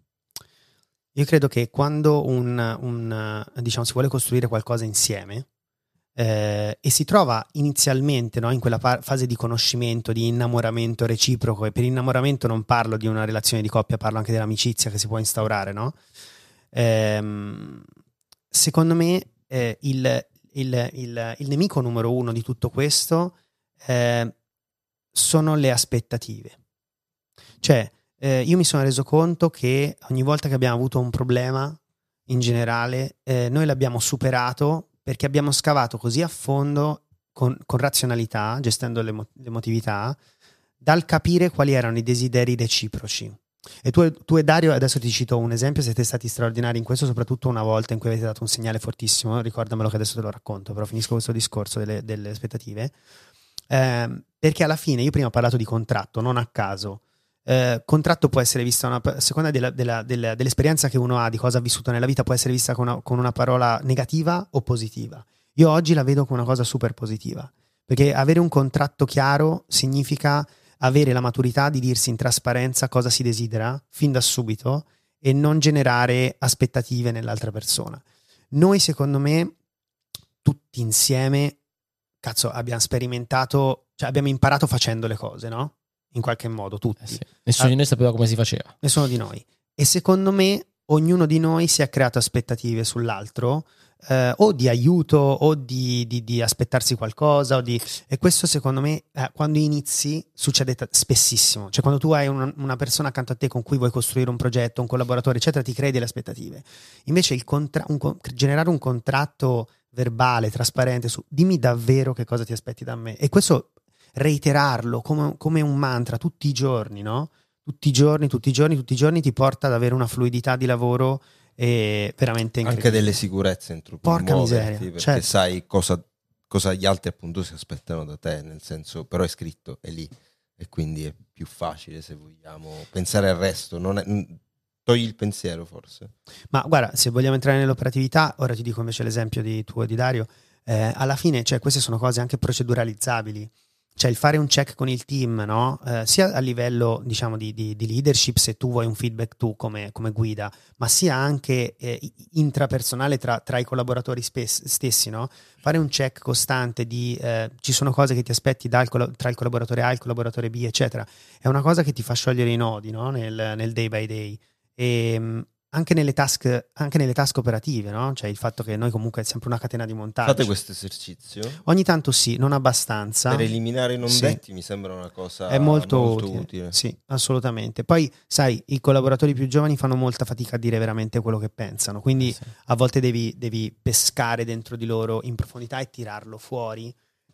Io credo che quando un, un diciamo si vuole costruire qualcosa insieme, Eh, e si trova inizialmente, no, in quella pa- fase di conoscimento, di innamoramento reciproco, e per innamoramento non parlo di una relazione di coppia, parlo anche dell'amicizia che si può instaurare, no? Ehm, secondo me eh, il, il, il, il nemico numero uno di tutto questo eh, sono le aspettative. Cioè eh, io mi sono reso conto che ogni volta che abbiamo avuto un problema in generale eh, noi l'abbiamo superato perché abbiamo scavato così a fondo con, con razionalità, gestendo l'emo- l'emotività, dal capire quali erano i desideri reciproci. E tu, tu e Dario, adesso ti cito un esempio, siete stati straordinari in questo, soprattutto una volta in cui avete dato un segnale fortissimo, ricordamelo che adesso te lo racconto, però finisco questo discorso delle, delle aspettative, eh, perché alla fine, io prima ho parlato di contratto, non a caso. Eh, contratto può essere vista una, a seconda della, della, della, dell'esperienza che uno ha, di cosa ha vissuto nella vita, può essere vista con una, con una parola negativa o positiva. Io oggi la vedo come una cosa super positiva, perché avere un contratto chiaro significa avere la maturità di dirsi in trasparenza cosa si desidera fin da subito e non generare aspettative nell'altra persona. Noi, secondo me, tutti insieme, cazzo, abbiamo sperimentato, cioè abbiamo imparato facendo le cose, no? In qualche modo, tutti.
Eh sì. Nessuno
Ah,
di noi sapeva come si faceva.
Nessuno di noi. E secondo me ognuno di noi si è creato aspettative sull'altro, eh, o di aiuto o di, di, di aspettarsi qualcosa o di... e questo secondo me eh, quando inizi succede t- spessissimo, cioè quando tu hai una, una persona accanto a te con cui vuoi costruire un progetto, un collaboratore eccetera, ti crei delle aspettative. Invece il contra- un co- generare un contratto verbale, trasparente su dimmi davvero che cosa ti aspetti da me, e questo reiterarlo come, come un mantra tutti i giorni, no? Tutti i giorni, tutti i giorni, tutti i giorni ti porta ad avere una fluidità di lavoro e veramente incredibile.
Anche delle sicurezze entro cui
Porca
muoverti,
miseria,
perché
certo.
sai cosa, cosa gli altri appunto si aspettano da te, nel senso, però è scritto, è lì, e quindi è più facile, se vogliamo, pensare al resto, non è, togli il pensiero forse.
Ma guarda, se vogliamo entrare nell'operatività, ora ti dico invece l'esempio di tuo e di Dario, eh, alla fine, cioè, queste sono cose anche proceduralizzabili. Cioè il fare un check con il team, no? Eh, sia a livello, diciamo, di, di, di leadership, se tu vuoi un feedback tu come, come guida, ma sia anche eh, intrapersonale tra, tra i collaboratori spes- stessi, no? Fare un check costante di eh, ci sono cose che ti aspetti dal, tra il collaboratore A e il collaboratore B, eccetera. È una cosa che ti fa sciogliere i nodi, no? Nel, nel day by day. E anche nelle task, anche nelle task operative, no? Cioè il fatto che noi comunque è sempre una catena di montaggio.
Fate questo esercizio?
Ogni tanto sì, non abbastanza.
Per eliminare i non
Sì.
detti mi sembra una cosa
È molto,
molto
utile.
utile.
Sì, assolutamente. Poi, sai, i collaboratori più giovani fanno molta fatica a dire veramente quello che pensano, quindi
Eh sì.
a volte devi, devi pescare dentro di loro in profondità e tirarlo fuori.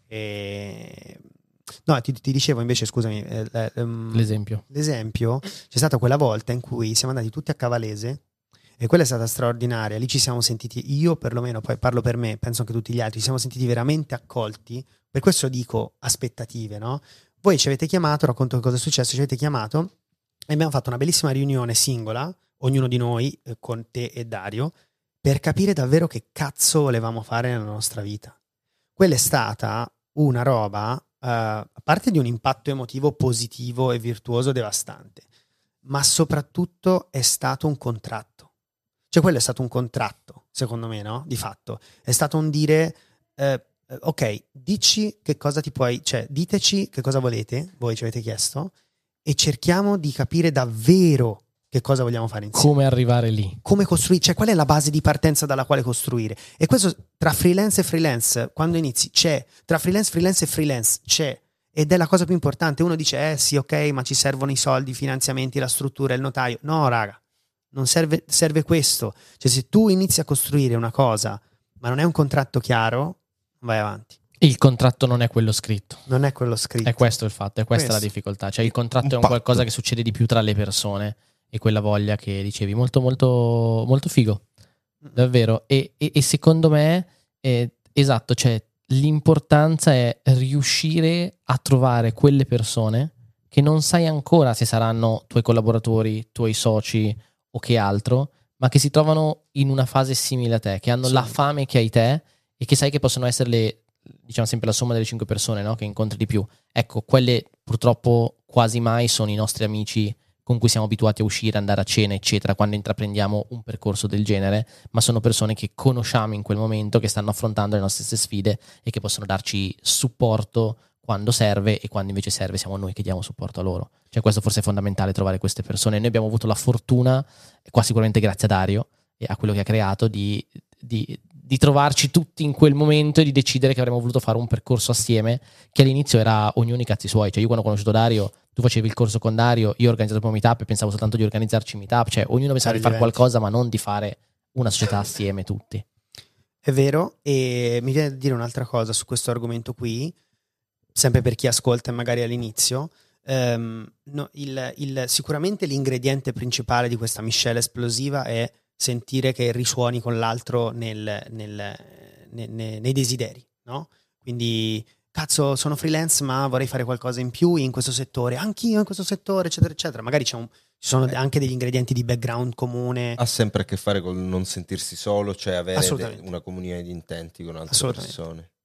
E... No, ti, ti dicevo invece, scusami, eh, eh, um,
L'esempio.
l'esempio, c'è stata quella volta in cui siamo andati tutti a Cavalese e quella è stata straordinaria. Lì ci siamo sentiti, io perlomeno, poi parlo per me, penso anche tutti gli altri, ci siamo sentiti veramente accolti. Per questo dico aspettative, no? Voi ci avete chiamato, racconto cosa è successo, ci avete chiamato e abbiamo fatto una bellissima riunione singola, ognuno di noi, eh, con te e Dario, per capire davvero che cazzo volevamo fare nella nostra vita. Quella è stata una roba, eh, a parte di un impatto emotivo positivo e virtuoso devastante, ma soprattutto è stato un contratto. Cioè quello è stato un contratto, secondo me, no? Di fatto. È stato un dire, eh, ok, dici che cosa ti puoi, cioè diteci che cosa volete, voi ci avete chiesto, e cerchiamo di capire davvero che cosa vogliamo fare insieme.
Come arrivare lì?
Come costruire, cioè qual è la base di partenza dalla quale costruire. E questo tra freelance e freelance, quando inizi, c'è. Tra freelance, freelance e freelance, c'è. Ed è la cosa più importante. Uno dice, eh sì, ok, ma ci servono i soldi, i finanziamenti, la struttura, il notaio. No, raga. Non serve, serve questo. Cioè se tu inizi a costruire una cosa ma non è un contratto chiaro, vai avanti.
Il contratto non è quello scritto.
Non è quello scritto.
È questo il fatto, è questa
Questo.
la difficoltà. Cioè il contratto
Un
è un
patto.
qualcosa che succede di più tra le persone, e quella voglia che dicevi, molto molto molto figo, davvero. E, e, e secondo me, è, esatto, cioè l'importanza è riuscire a trovare quelle persone che non sai ancora se saranno tuoi collaboratori, tuoi soci o che altro, ma che si trovano in una fase simile a te, che hanno
Sì.
la fame che hai te e che sai che possono essere le, diciamo sempre la somma delle cinque persone, no? Che incontri di più. Ecco, quelle purtroppo quasi mai sono i nostri amici con cui siamo abituati a uscire, andare a cena, eccetera, quando intraprendiamo un percorso del genere, ma sono persone che conosciamo in quel momento, che stanno affrontando le nostre stesse sfide e che possono darci supporto quando serve, e quando invece serve siamo noi che diamo supporto a loro. Cioè questo forse è fondamentale, trovare queste persone. Noi abbiamo avuto la fortuna, qua sicuramente grazie a Dario e a quello che ha creato, di, di, di trovarci tutti in quel momento e di decidere che avremmo voluto fare un percorso assieme, che all'inizio era ognuno i cazzi suoi. Cioè io quando ho conosciuto Dario, tu facevi il corso con Dario, io ho organizzato il mio meetup e pensavo soltanto di organizzarci meetup, cioè ognuno pensava di fare qualcosa ma non di fare una società assieme tutti.
È vero, e mi viene da dire un'altra cosa su questo argomento qui, sempre per chi ascolta e magari all'inizio. Um, no, il, il, sicuramente l'ingrediente principale di questa miscela esplosiva è sentire che risuoni con l'altro nel, nel, ne, ne, nei desideri, no? Quindi cazzo, sono freelance ma vorrei fare qualcosa in più in questo settore, anch'io in questo settore, eccetera eccetera. Magari c'è un, ci sono anche degli ingredienti di background comune.
Ha sempre a che fare con non sentirsi solo, cioè avere de- una comunione di intenti con altre
Assolutamente.
persone.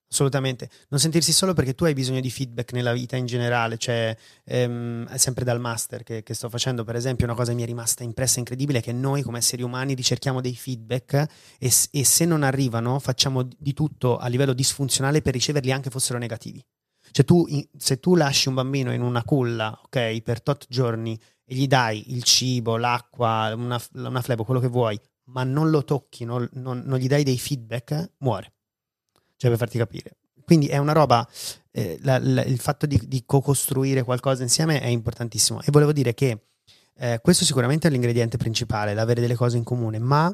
assolutamente. Non sentirsi solo perché tu hai bisogno di feedback nella vita in generale, cioè ehm, è sempre dal master che, che sto facendo, per esempio, una cosa che mi è rimasta impressa incredibile è che noi come esseri umani ricerchiamo dei feedback e, e se non arrivano facciamo di tutto a livello disfunzionale per riceverli anche fossero negativi. Cioè tu, se tu lasci un bambino in una culla, ok, per tot giorni e gli dai il cibo, l'acqua, una, una flebo, quello che vuoi, ma non lo tocchi, non, non, non gli dai dei feedback, muore. Cioè, per farti capire. Quindi è una roba, eh, la, la, il fatto di, di co-costruire qualcosa insieme è importantissimo. E volevo dire che eh, questo sicuramente è l'ingrediente principale, l'avere delle cose in comune, ma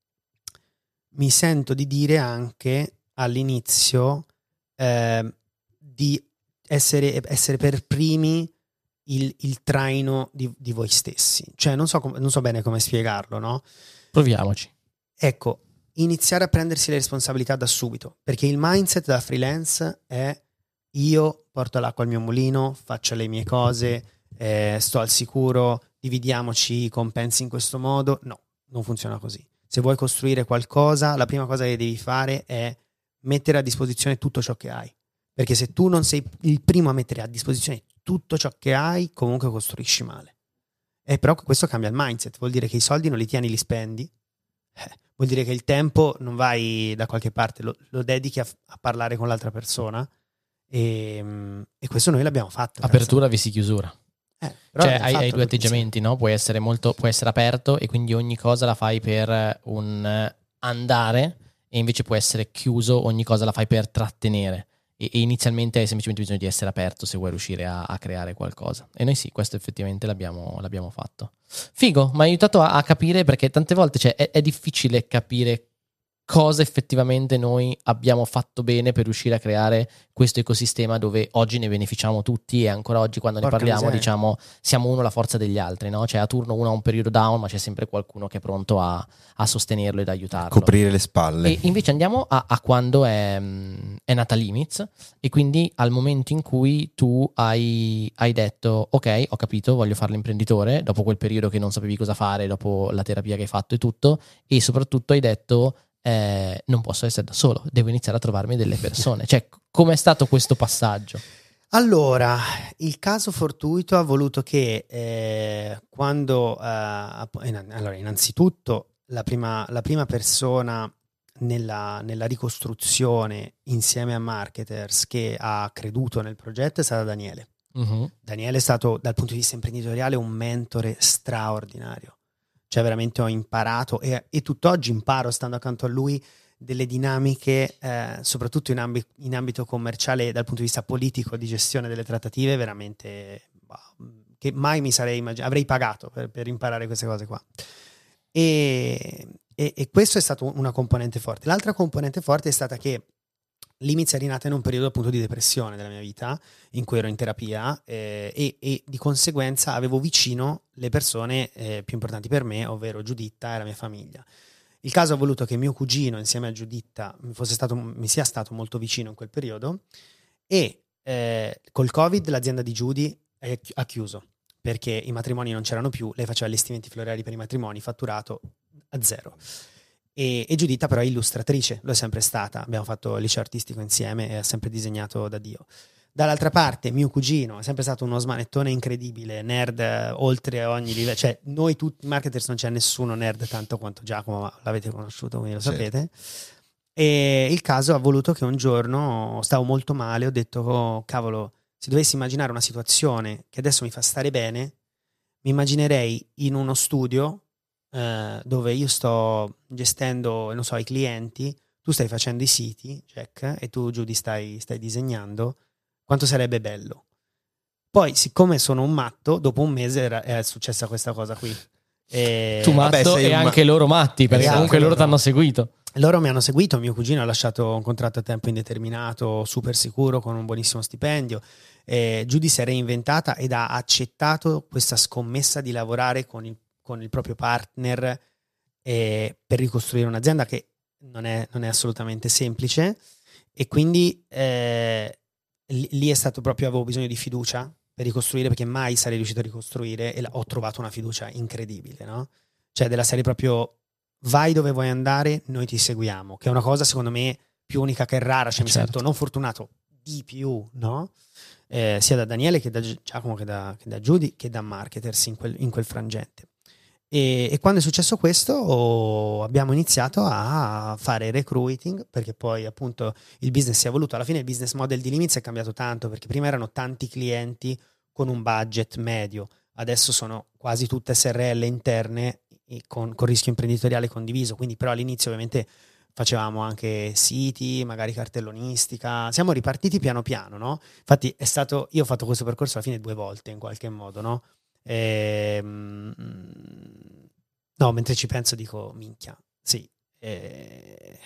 mi sento di dire anche all'inizio eh, di essere, essere per primi il, il traino di, di voi stessi. Cioè, non so, com- non so bene come spiegarlo, no?
Proviamoci.
Ecco, iniziare a prendersi le responsabilità da subito, perché il mindset da freelance è io porto l'acqua al mio mulino, faccio le mie cose, eh, sto al sicuro, dividiamoci i compensi in questo modo. No, non funziona così. Se vuoi costruire qualcosa, la prima cosa che devi fare è mettere a disposizione tutto ciò che hai, perché se tu non sei il primo a mettere a disposizione tutto ciò che hai, comunque costruisci male. E però questo cambia il mindset, vuol dire che i soldi non li tieni, li spendi. Eh, vuol dire che il tempo non vai da qualche parte, lo, lo dedichi a, a parlare con l'altra persona e, e questo noi l'abbiamo fatto.
Apertura, vici chiusura.
Eh,
cioè hai, hai due atteggiamenti, no? Puoi essere molto, puoi essere aperto e quindi ogni cosa la fai per un andare e invece può essere chiuso, ogni cosa la fai per trattenere. E, e inizialmente hai semplicemente bisogno di essere aperto se vuoi riuscire a, a creare qualcosa. E noi sì, questo effettivamente l'abbiamo, l'abbiamo fatto. Figo, mi ha aiutato a, a capire, perché tante volte cioè, è, è difficile capire cosa effettivamente noi abbiamo fatto bene per riuscire a creare questo ecosistema dove oggi ne beneficiamo tutti e ancora oggi quando
Porca
ne parliamo
miseria.
diciamo siamo uno la forza degli altri, no? Cioè a turno uno ha un periodo down ma c'è sempre qualcuno che è pronto a, a sostenerlo ed aiutarlo.
Coprire le spalle.
E invece andiamo a, a quando è, è nata Limits e quindi al momento in cui tu hai, hai detto ok, ho capito, voglio fare l'imprenditore dopo quel periodo che non sapevi cosa fare, dopo la terapia che hai fatto e tutto, e soprattutto hai detto eh, non posso essere da solo, devo iniziare a trovarmi delle persone. Cioè, com'è stato questo passaggio?
Allora, il caso fortuito ha voluto che eh, quando eh, allora, innanzitutto la prima, la prima persona nella, nella ricostruzione insieme a marketers che ha creduto nel progetto è stata Daniele.
Uh-huh.
Daniele è stato dal punto di vista imprenditoriale un mentore straordinario. Cioè veramente ho imparato e, e tutt'oggi imparo stando accanto a lui delle dinamiche, eh, soprattutto in, ambi- in ambito commerciale dal punto di vista politico di gestione delle trattative, veramente bah, che mai mi sarei immaginato, avrei pagato per, per imparare queste cose qua. E, e, e questo è stato una componente forte. L'altra componente forte è stata che Limits è rinata in un periodo appunto di depressione della mia vita in cui ero in terapia eh, e, e di conseguenza avevo vicino le persone eh, più importanti per me, ovvero Giuditta e la mia famiglia. Il caso ha voluto che mio cugino insieme a Giuditta mi, fosse stato, mi sia stato molto vicino in quel periodo e eh, col Covid l'azienda di Giudi è, ha chiuso perché i matrimoni non c'erano più, lei faceva allestimenti floreali per i matrimoni, fatturato a zero. E, e Giuditta però è illustratrice, lo è sempre stata, abbiamo fatto il liceo artistico insieme e ha sempre disegnato da Dio. Dall'altra parte mio cugino è sempre stato uno smanettone incredibile, nerd oltre ogni livello, cioè noi tutti marketers non c'è nessuno nerd tanto quanto Giacomo, ma l'avete conosciuto quindi lo
Sì.
sapete. E il caso ha voluto che un giorno stavo molto male, ho detto oh, cavolo, se dovessi immaginare una situazione che adesso mi fa stare bene, mi immaginerei in uno studio Uh, dove io sto gestendo, non so, i clienti, tu stai facendo i siti, check, e tu Giudi stai, stai disegnando, quanto sarebbe bello. Poi, siccome sono un matto, dopo un mese era, è successa questa cosa qui. E...
Tu matto
Vabbè, sei
e
un ma-
anche loro matti, perché
Esatto,
comunque loro
loro
ti hanno
no.
seguito.
Loro mi hanno seguito, mio cugino ha lasciato un contratto a tempo indeterminato, super sicuro, con un buonissimo stipendio. E Giudi si è reinventata ed ha accettato questa scommessa di lavorare con il con il proprio partner eh, per ricostruire un'azienda che non è, non è assolutamente semplice e quindi eh, lì, lì è stato proprio, avevo bisogno di fiducia per ricostruire perché mai sarei riuscito a ricostruire e la, ho trovato una fiducia incredibile, no? Cioè della serie proprio vai dove vuoi andare, noi ti seguiamo, che è una cosa secondo me più unica che rara, cioè mi
Certo.
sento non fortunato di più, no? Eh, sia da Daniele che da Giacomo che da, che da Giudi che da marketers in quel, in quel frangente. E, e quando è successo questo oh, abbiamo iniziato a fare recruiting, perché poi appunto il business si è evoluto. Alla fine il business model di Limits è cambiato tanto, perché prima erano tanti clienti con un budget medio, adesso sono quasi tutte S R L interne con, con rischio imprenditoriale condiviso, quindi però all'inizio ovviamente facevamo anche siti, magari cartellonistica, siamo ripartiti piano piano, no? Infatti è stato, io ho fatto questo percorso alla fine due volte in qualche modo, no? Ehm, no, mentre ci penso dico, minchia, sì. E,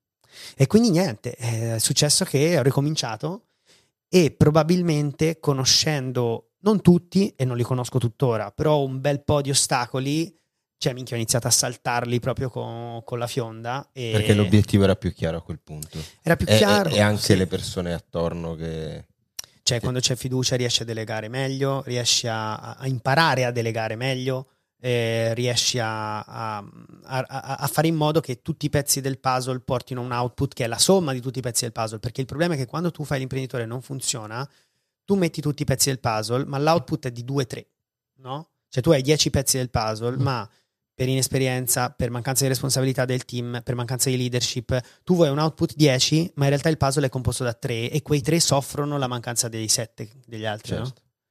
e quindi niente, è successo che ho ricominciato e probabilmente conoscendo, non tutti, e non li conosco tuttora, però un bel po' di ostacoli, cioè minchia ho iniziato a saltarli proprio con, con la fionda. E
Perché l'obiettivo era più chiaro a quel punto.
era più
E,
chiaro.
e anche
sì.
le persone attorno che...
Cioè,
che...
quando c'è fiducia riesci a delegare meglio, riesci a, a imparare a delegare meglio, eh, riesci a, a, a, a fare in modo che tutti i pezzi del puzzle portino un output che è la somma di tutti i pezzi del puzzle, perché il problema è che quando tu fai l'imprenditore e non funziona, tu metti tutti i pezzi del puzzle, ma l'output è di due tre, no? Cioè tu hai dieci pezzi del puzzle, mm. ma per inesperienza, per mancanza di responsabilità del team, per mancanza di leadership, tu vuoi un output dieci, ma in realtà il puzzle è composto da tre e quei tre soffrono la mancanza dei sette degli altri,
certo.
no?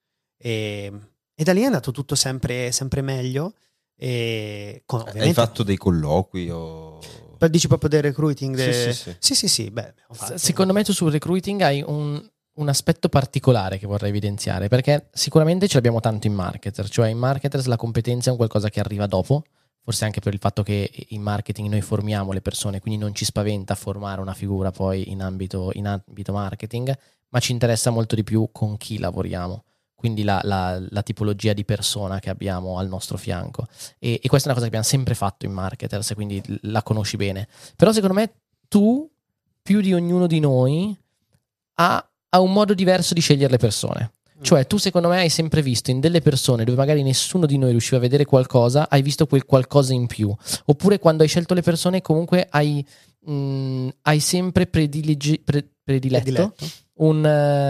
E, e da lì è andato tutto sempre, sempre meglio. E con, ovviamente,
hai fatto dei colloqui o...
Dici proprio del recruiting? De...
Sì, sì, sì.
sì, sì, sì, beh, fatto,
secondo me tu sul recruiting hai un, un aspetto particolare che vorrei evidenziare, perché sicuramente ce l'abbiamo tanto in marketer, cioè in marketers la competenza è un qualcosa che arriva dopo, forse anche per il fatto che in marketing noi formiamo le persone, quindi non ci spaventa formare una figura poi in ambito, in ambito marketing, ma ci interessa molto di più con chi lavoriamo, quindi la, la, la tipologia di persona che abbiamo al nostro fianco, e, e questa è una cosa che abbiamo sempre fatto in marketers, quindi la conosci bene. Però secondo me tu, più di ognuno di noi, ha, ha un modo diverso di scegliere le persone. Cioè tu secondo me hai sempre visto in delle persone dove magari nessuno di noi riusciva a vedere qualcosa, hai visto quel qualcosa in più. Oppure quando hai scelto le persone comunque hai, mh, hai sempre prediligi- pre- prediletto, prediletto un,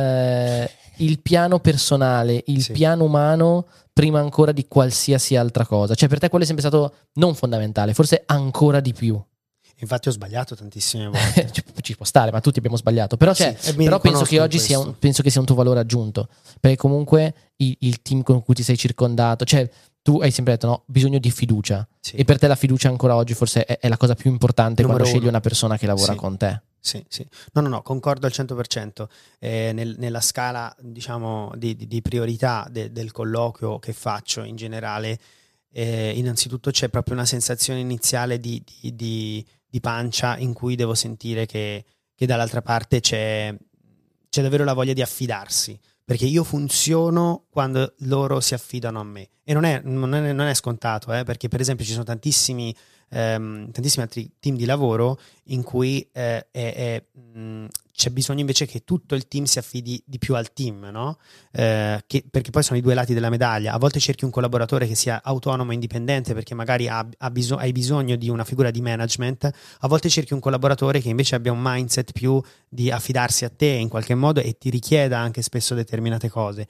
uh, il piano personale, il sì. piano umano prima ancora di qualsiasi altra cosa. Cioè per te quello è sempre stato non fondamentale, forse ancora di più.
Infatti ho sbagliato tantissime volte.
Ci può stare, ma tutti abbiamo sbagliato. Però, cioè,
sì,
però penso che oggi sia un, penso che sia un tuo valore aggiunto. Perché comunque il, il team con cui ti sei circondato, cioè tu hai sempre detto no, bisogno di fiducia. Sì. E per te la fiducia ancora oggi forse è, è la cosa più importante Numero quando uno. Scegli una persona che lavora
sì.
con te.
Sì, sì. No, no, no, concordo al cento per cento. Eh, nel, nella scala, diciamo, di, di, di priorità de, del colloquio che faccio in generale, eh, innanzitutto c'è proprio una sensazione iniziale di, di, di di pancia in cui devo sentire che, che dall'altra parte c'è, c'è davvero la voglia di affidarsi, perché io funziono quando loro si affidano a me e non è, non è, non è scontato, eh, perché per esempio ci sono tantissimi, ehm, tantissimi altri team di lavoro in cui eh, è, è, mh, c'è bisogno invece che tutto il team si affidi di più al team, no? Eh, che, perché poi sono i due lati della medaglia. A volte cerchi un collaboratore che sia autonomo e indipendente perché magari ha, ha biso- hai bisogno di una figura di management, a volte cerchi un collaboratore che invece abbia un mindset più di affidarsi a te in qualche modo e ti richieda anche spesso determinate cose.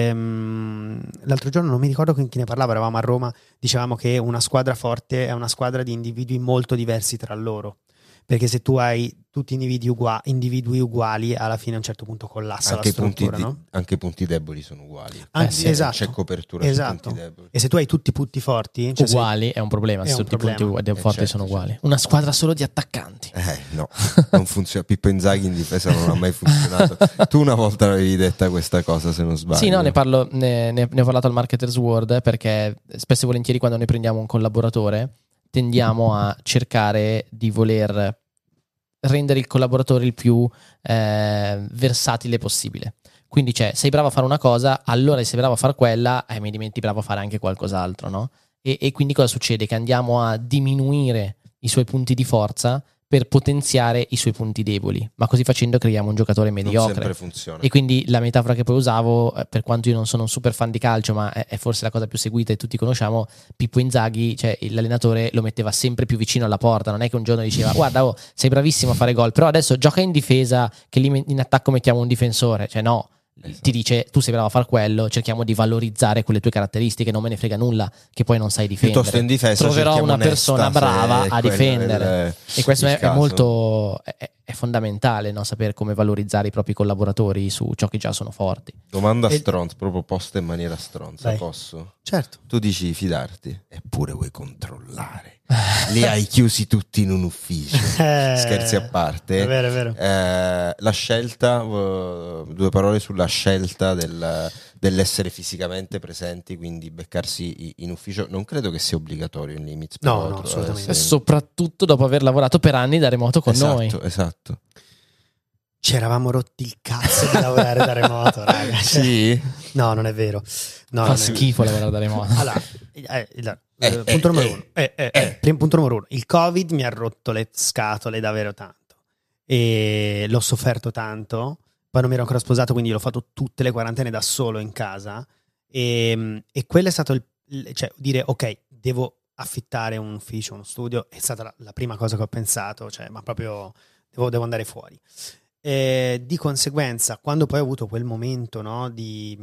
Ehm, l'altro giorno non mi ricordo con chi ne parlava, eravamo a Roma, dicevamo che una squadra forte è una squadra di individui molto diversi tra loro. Perché se tu hai tutti individui uguali, individui uguali alla fine a un certo punto collassa
anche
la struttura,
punti
no?
Di, anche i punti deboli sono uguali.
Anche, eh sì, esatto.
C'è copertura
esatto.
sui punti deboli.
E se tu hai tutti i punti forti, cioè
uguali
sei,
è un problema.
È
se
un
tutti
problema.
i punti
eh
forti
certo,
sono
certo.
uguali. Una squadra solo di attaccanti.
Eh no, non funziona. Pippo Inzaghi in difesa non ha mai funzionato. Tu una volta l'avevi detta questa cosa, se non sbaglio.
Sì, no, ne parlo, ne, ne, ne ho parlato al Marketers World, perché spesso e volentieri quando noi prendiamo un collaboratore tendiamo a cercare di voler rendere il collaboratore il più eh, versatile possibile. Quindi cioè, sei bravo a fare una cosa, allora se sei bravo a fare quella, eh, mi diventi bravo a fare anche qualcos'altro, no? E, e quindi cosa succede? Che andiamo a diminuire i suoi punti di forza per potenziare i suoi punti deboli, ma così facendo creiamo un giocatore
Non
mediocre.
sempre funziona.
E quindi la metafora che poi usavo, eh, per quanto io non sono un super fan di calcio, ma è, è forse la cosa più seguita e tutti conosciamo, Pippo Inzaghi, cioè l'allenatore lo metteva sempre più vicino alla porta, non è che un giorno diceva guarda oh, sei bravissimo a fare gol, però adesso gioca in difesa che lì in attacco mettiamo un difensore, cioè no. Esatto. Ti dice tu sei bravo a far quello, cerchiamo di valorizzare quelle tue caratteristiche, non me ne frega nulla che poi non sai difendere.
Piuttosto in difesa
troverò una
cerchiamo
persona
onesta,
brava
se
a
è
difendere
del-
e questo
il
è, è
caso.
molto è, è fondamentale, no? Sapere come valorizzare i propri collaboratori su ciò che già sono forti.
Domanda
E-
stronza, proprio posta in maniera stronza,
Vai.
posso?
Certo.
Tu dici fidarti, eppure vuoi controllare. Li hai chiusi tutti in un ufficio.
Eh,
Scherzi a parte.
È vero, è vero.
Eh, la scelta, eh, due parole sulla scelta del- dell'essere fisicamente presenti, quindi beccarsi i- in ufficio. Non credo che sia obbligatorio in Limits.
No,
però,
no,
eh,
assolutamente.
se-
Soprattutto dopo aver lavorato per anni da remoto con
esatto,
noi.
Esatto.
Ci eravamo rotti il cazzo di lavorare da remoto, raga.
Sì.
No, non è vero. No,
Fa
non è
schifo lavorare da remoto.
Allora, eh, eh,
Eh,
punto
eh,
numero
eh,
uno. Eh, eh, eh, prim- punto numero uno. Il Covid mi ha rotto le scatole davvero tanto e l'ho sofferto tanto. Poi non mi ero ancora sposato, quindi l'ho fatto tutte le quarantene da solo in casa. E, e quello è stato il, il- cioè dire ok, devo affittare un ufficio, uno studio. È stata la, la prima cosa che ho pensato, cioè, ma proprio devo, devo andare fuori. E di conseguenza, quando poi ho avuto quel momento, no, di,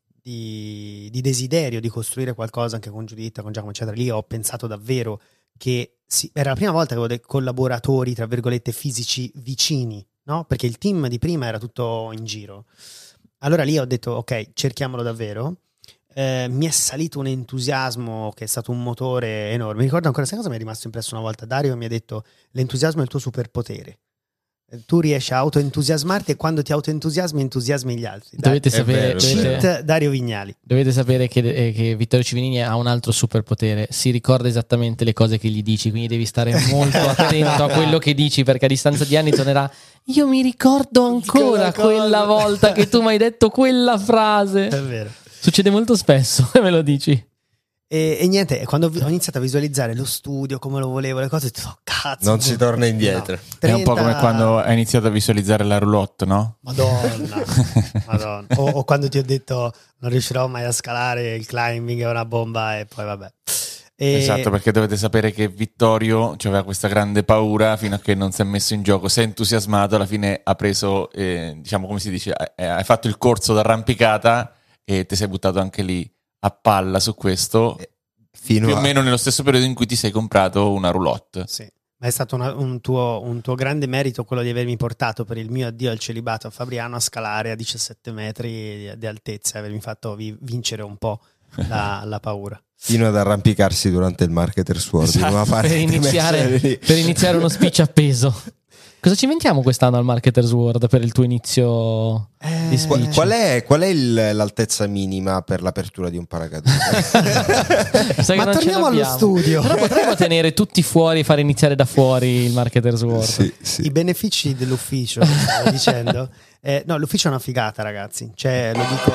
di, di desiderio di costruire qualcosa anche con Giuditta, con Giacomo, eccetera, lì ho pensato davvero che sì, era la prima volta che avevo dei collaboratori, tra virgolette, fisici vicini, no? Perché il team di prima era tutto in giro. Allora lì ho detto, ok, cerchiamolo davvero. Eh, mi è salito un entusiasmo che è stato un motore enorme. Mi ricordo ancora, sai cosa mi è rimasto impresso una volta? Dario mi ha detto, l'entusiasmo è il tuo superpotere. Tu riesci a autoentusiasmarti e quando ti autoentusiasmi entusiasmi gli altri. Dai.
Dovete
È
sapere,
vero, è
dovete-
Cheat Dario Vignali.
dovete sapere che, eh, che Vittorio Ciminini ha un altro superpotere, si ricorda esattamente le cose che gli dici, quindi devi stare molto attento a quello che dici perché a distanza di anni tornerà io mi ricordo ancora
Quella cosa."
quella volta che tu mi hai detto quella frase.
È vero.
Succede molto spesso e me lo dici.
E, e niente, e quando ho iniziato a visualizzare lo studio, come lo volevo, le cose, ho detto, oh, cazzo.
Non si torna indietro.
No.
È un po' come
trenta
quando hai iniziato a visualizzare la roulotte, no?
Madonna, Madonna. O, o quando ti ho detto non riuscirò mai a scalare, il climbing è una bomba e poi vabbè. E-
Esatto, perché dovete sapere che Vittorio aveva questa grande paura fino a che non si è messo in gioco, si è entusiasmato, alla fine ha preso, eh, diciamo come si dice, eh, hai fatto il corso d'arrampicata e ti sei buttato anche lì a palla su questo,
Fino
più o
a-
meno nello stesso periodo in cui ti sei comprato una roulotte.
Sì, ma è stato una- un, tuo, un tuo grande merito quello di avermi portato per il mio addio al celibato a Fabriano a scalare a diciassette metri di, di altezza, avermi fatto vi- vincere un po' la, la paura.
fino ad arrampicarsi durante il Marketers World.
Esatto,
in una
Per
parete
iniziare,
messa lì.
per iniziare uno speech appeso. Cosa ci inventiamo quest'anno al Marketers World per il tuo inizio di
Eh,
Qua-
speech?
Qual è, qual è il- l'altezza minima per l'apertura di un paracadute?
Sai che
Ma
non ce
torniamo allo
l'abbiamo.
studio.
Però potremmo tenere tutti fuori e fare iniziare da fuori il Marketers World.
Sì, sì.
I benefici dell'ufficio, che stavo dicendo. Eh, no, l'ufficio è una figata, ragazzi. Cioè, lo dico.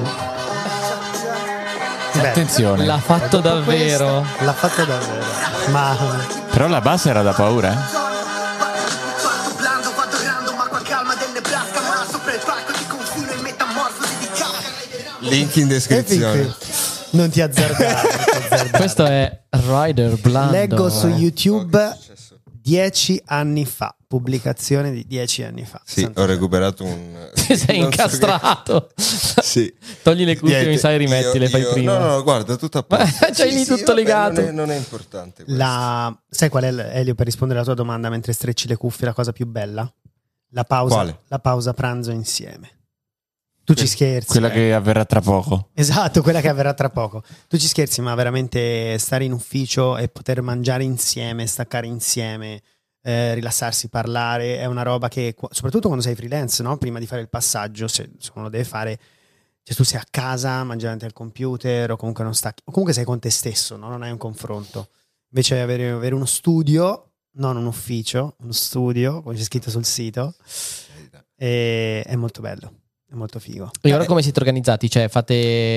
Beh,
Attenzione,
L'ha fatto
dopo
davvero.
questa- L'ha fatto davvero. Ma
però la base era da paura, eh?
Blando, vado grando, ma qua calma del Nebraska, ma sopra il palco di confino e metamorfosi di Kafka.
Link in descrizione.
Epic. Non ti azzardare. non ti azzardare.
Questo è Rider Blando.
Leggo su
Oh, che
YouTube
è successo?
dieci anni fa. Pubblicazione di dieci anni fa.
Sì,
Santa-
ho recuperato un...
Ti sei
non so
incastrato.
che- Sì.
Togli le cuffie,
Niente,
mi sai, rimetti,
io-
le fai
io-
prima.
No, no, guarda, tutto a
Ma
posto.
c'hai lì tutto legato.
Non è, non è importante questo.
La... Sai qual è, l- Elio, per rispondere alla tua domanda mentre strecci le cuffie, la cosa più bella? La pausa,
Quale?
la pausa pranzo insieme. Tu ci scherzi.
Quella
eh?
che avverrà tra poco.
Esatto, quella che avverrà tra poco. Tu ci scherzi, ma veramente stare in ufficio e poter mangiare insieme, staccare insieme, eh, rilassarsi, parlare, è una roba che, qu- soprattutto quando sei freelance, no? Prima di fare il passaggio, se, se uno lo deve fare, cioè tu sei a casa, mangi davanti al computer o comunque non stacchi, o comunque sei con te stesso, no? Non hai un confronto. Invece avere, avere uno studio, non un ufficio, uno studio, come c'è scritto sul sito, e- è molto bello, è molto figo.
E ora come siete organizzati? Cioè fate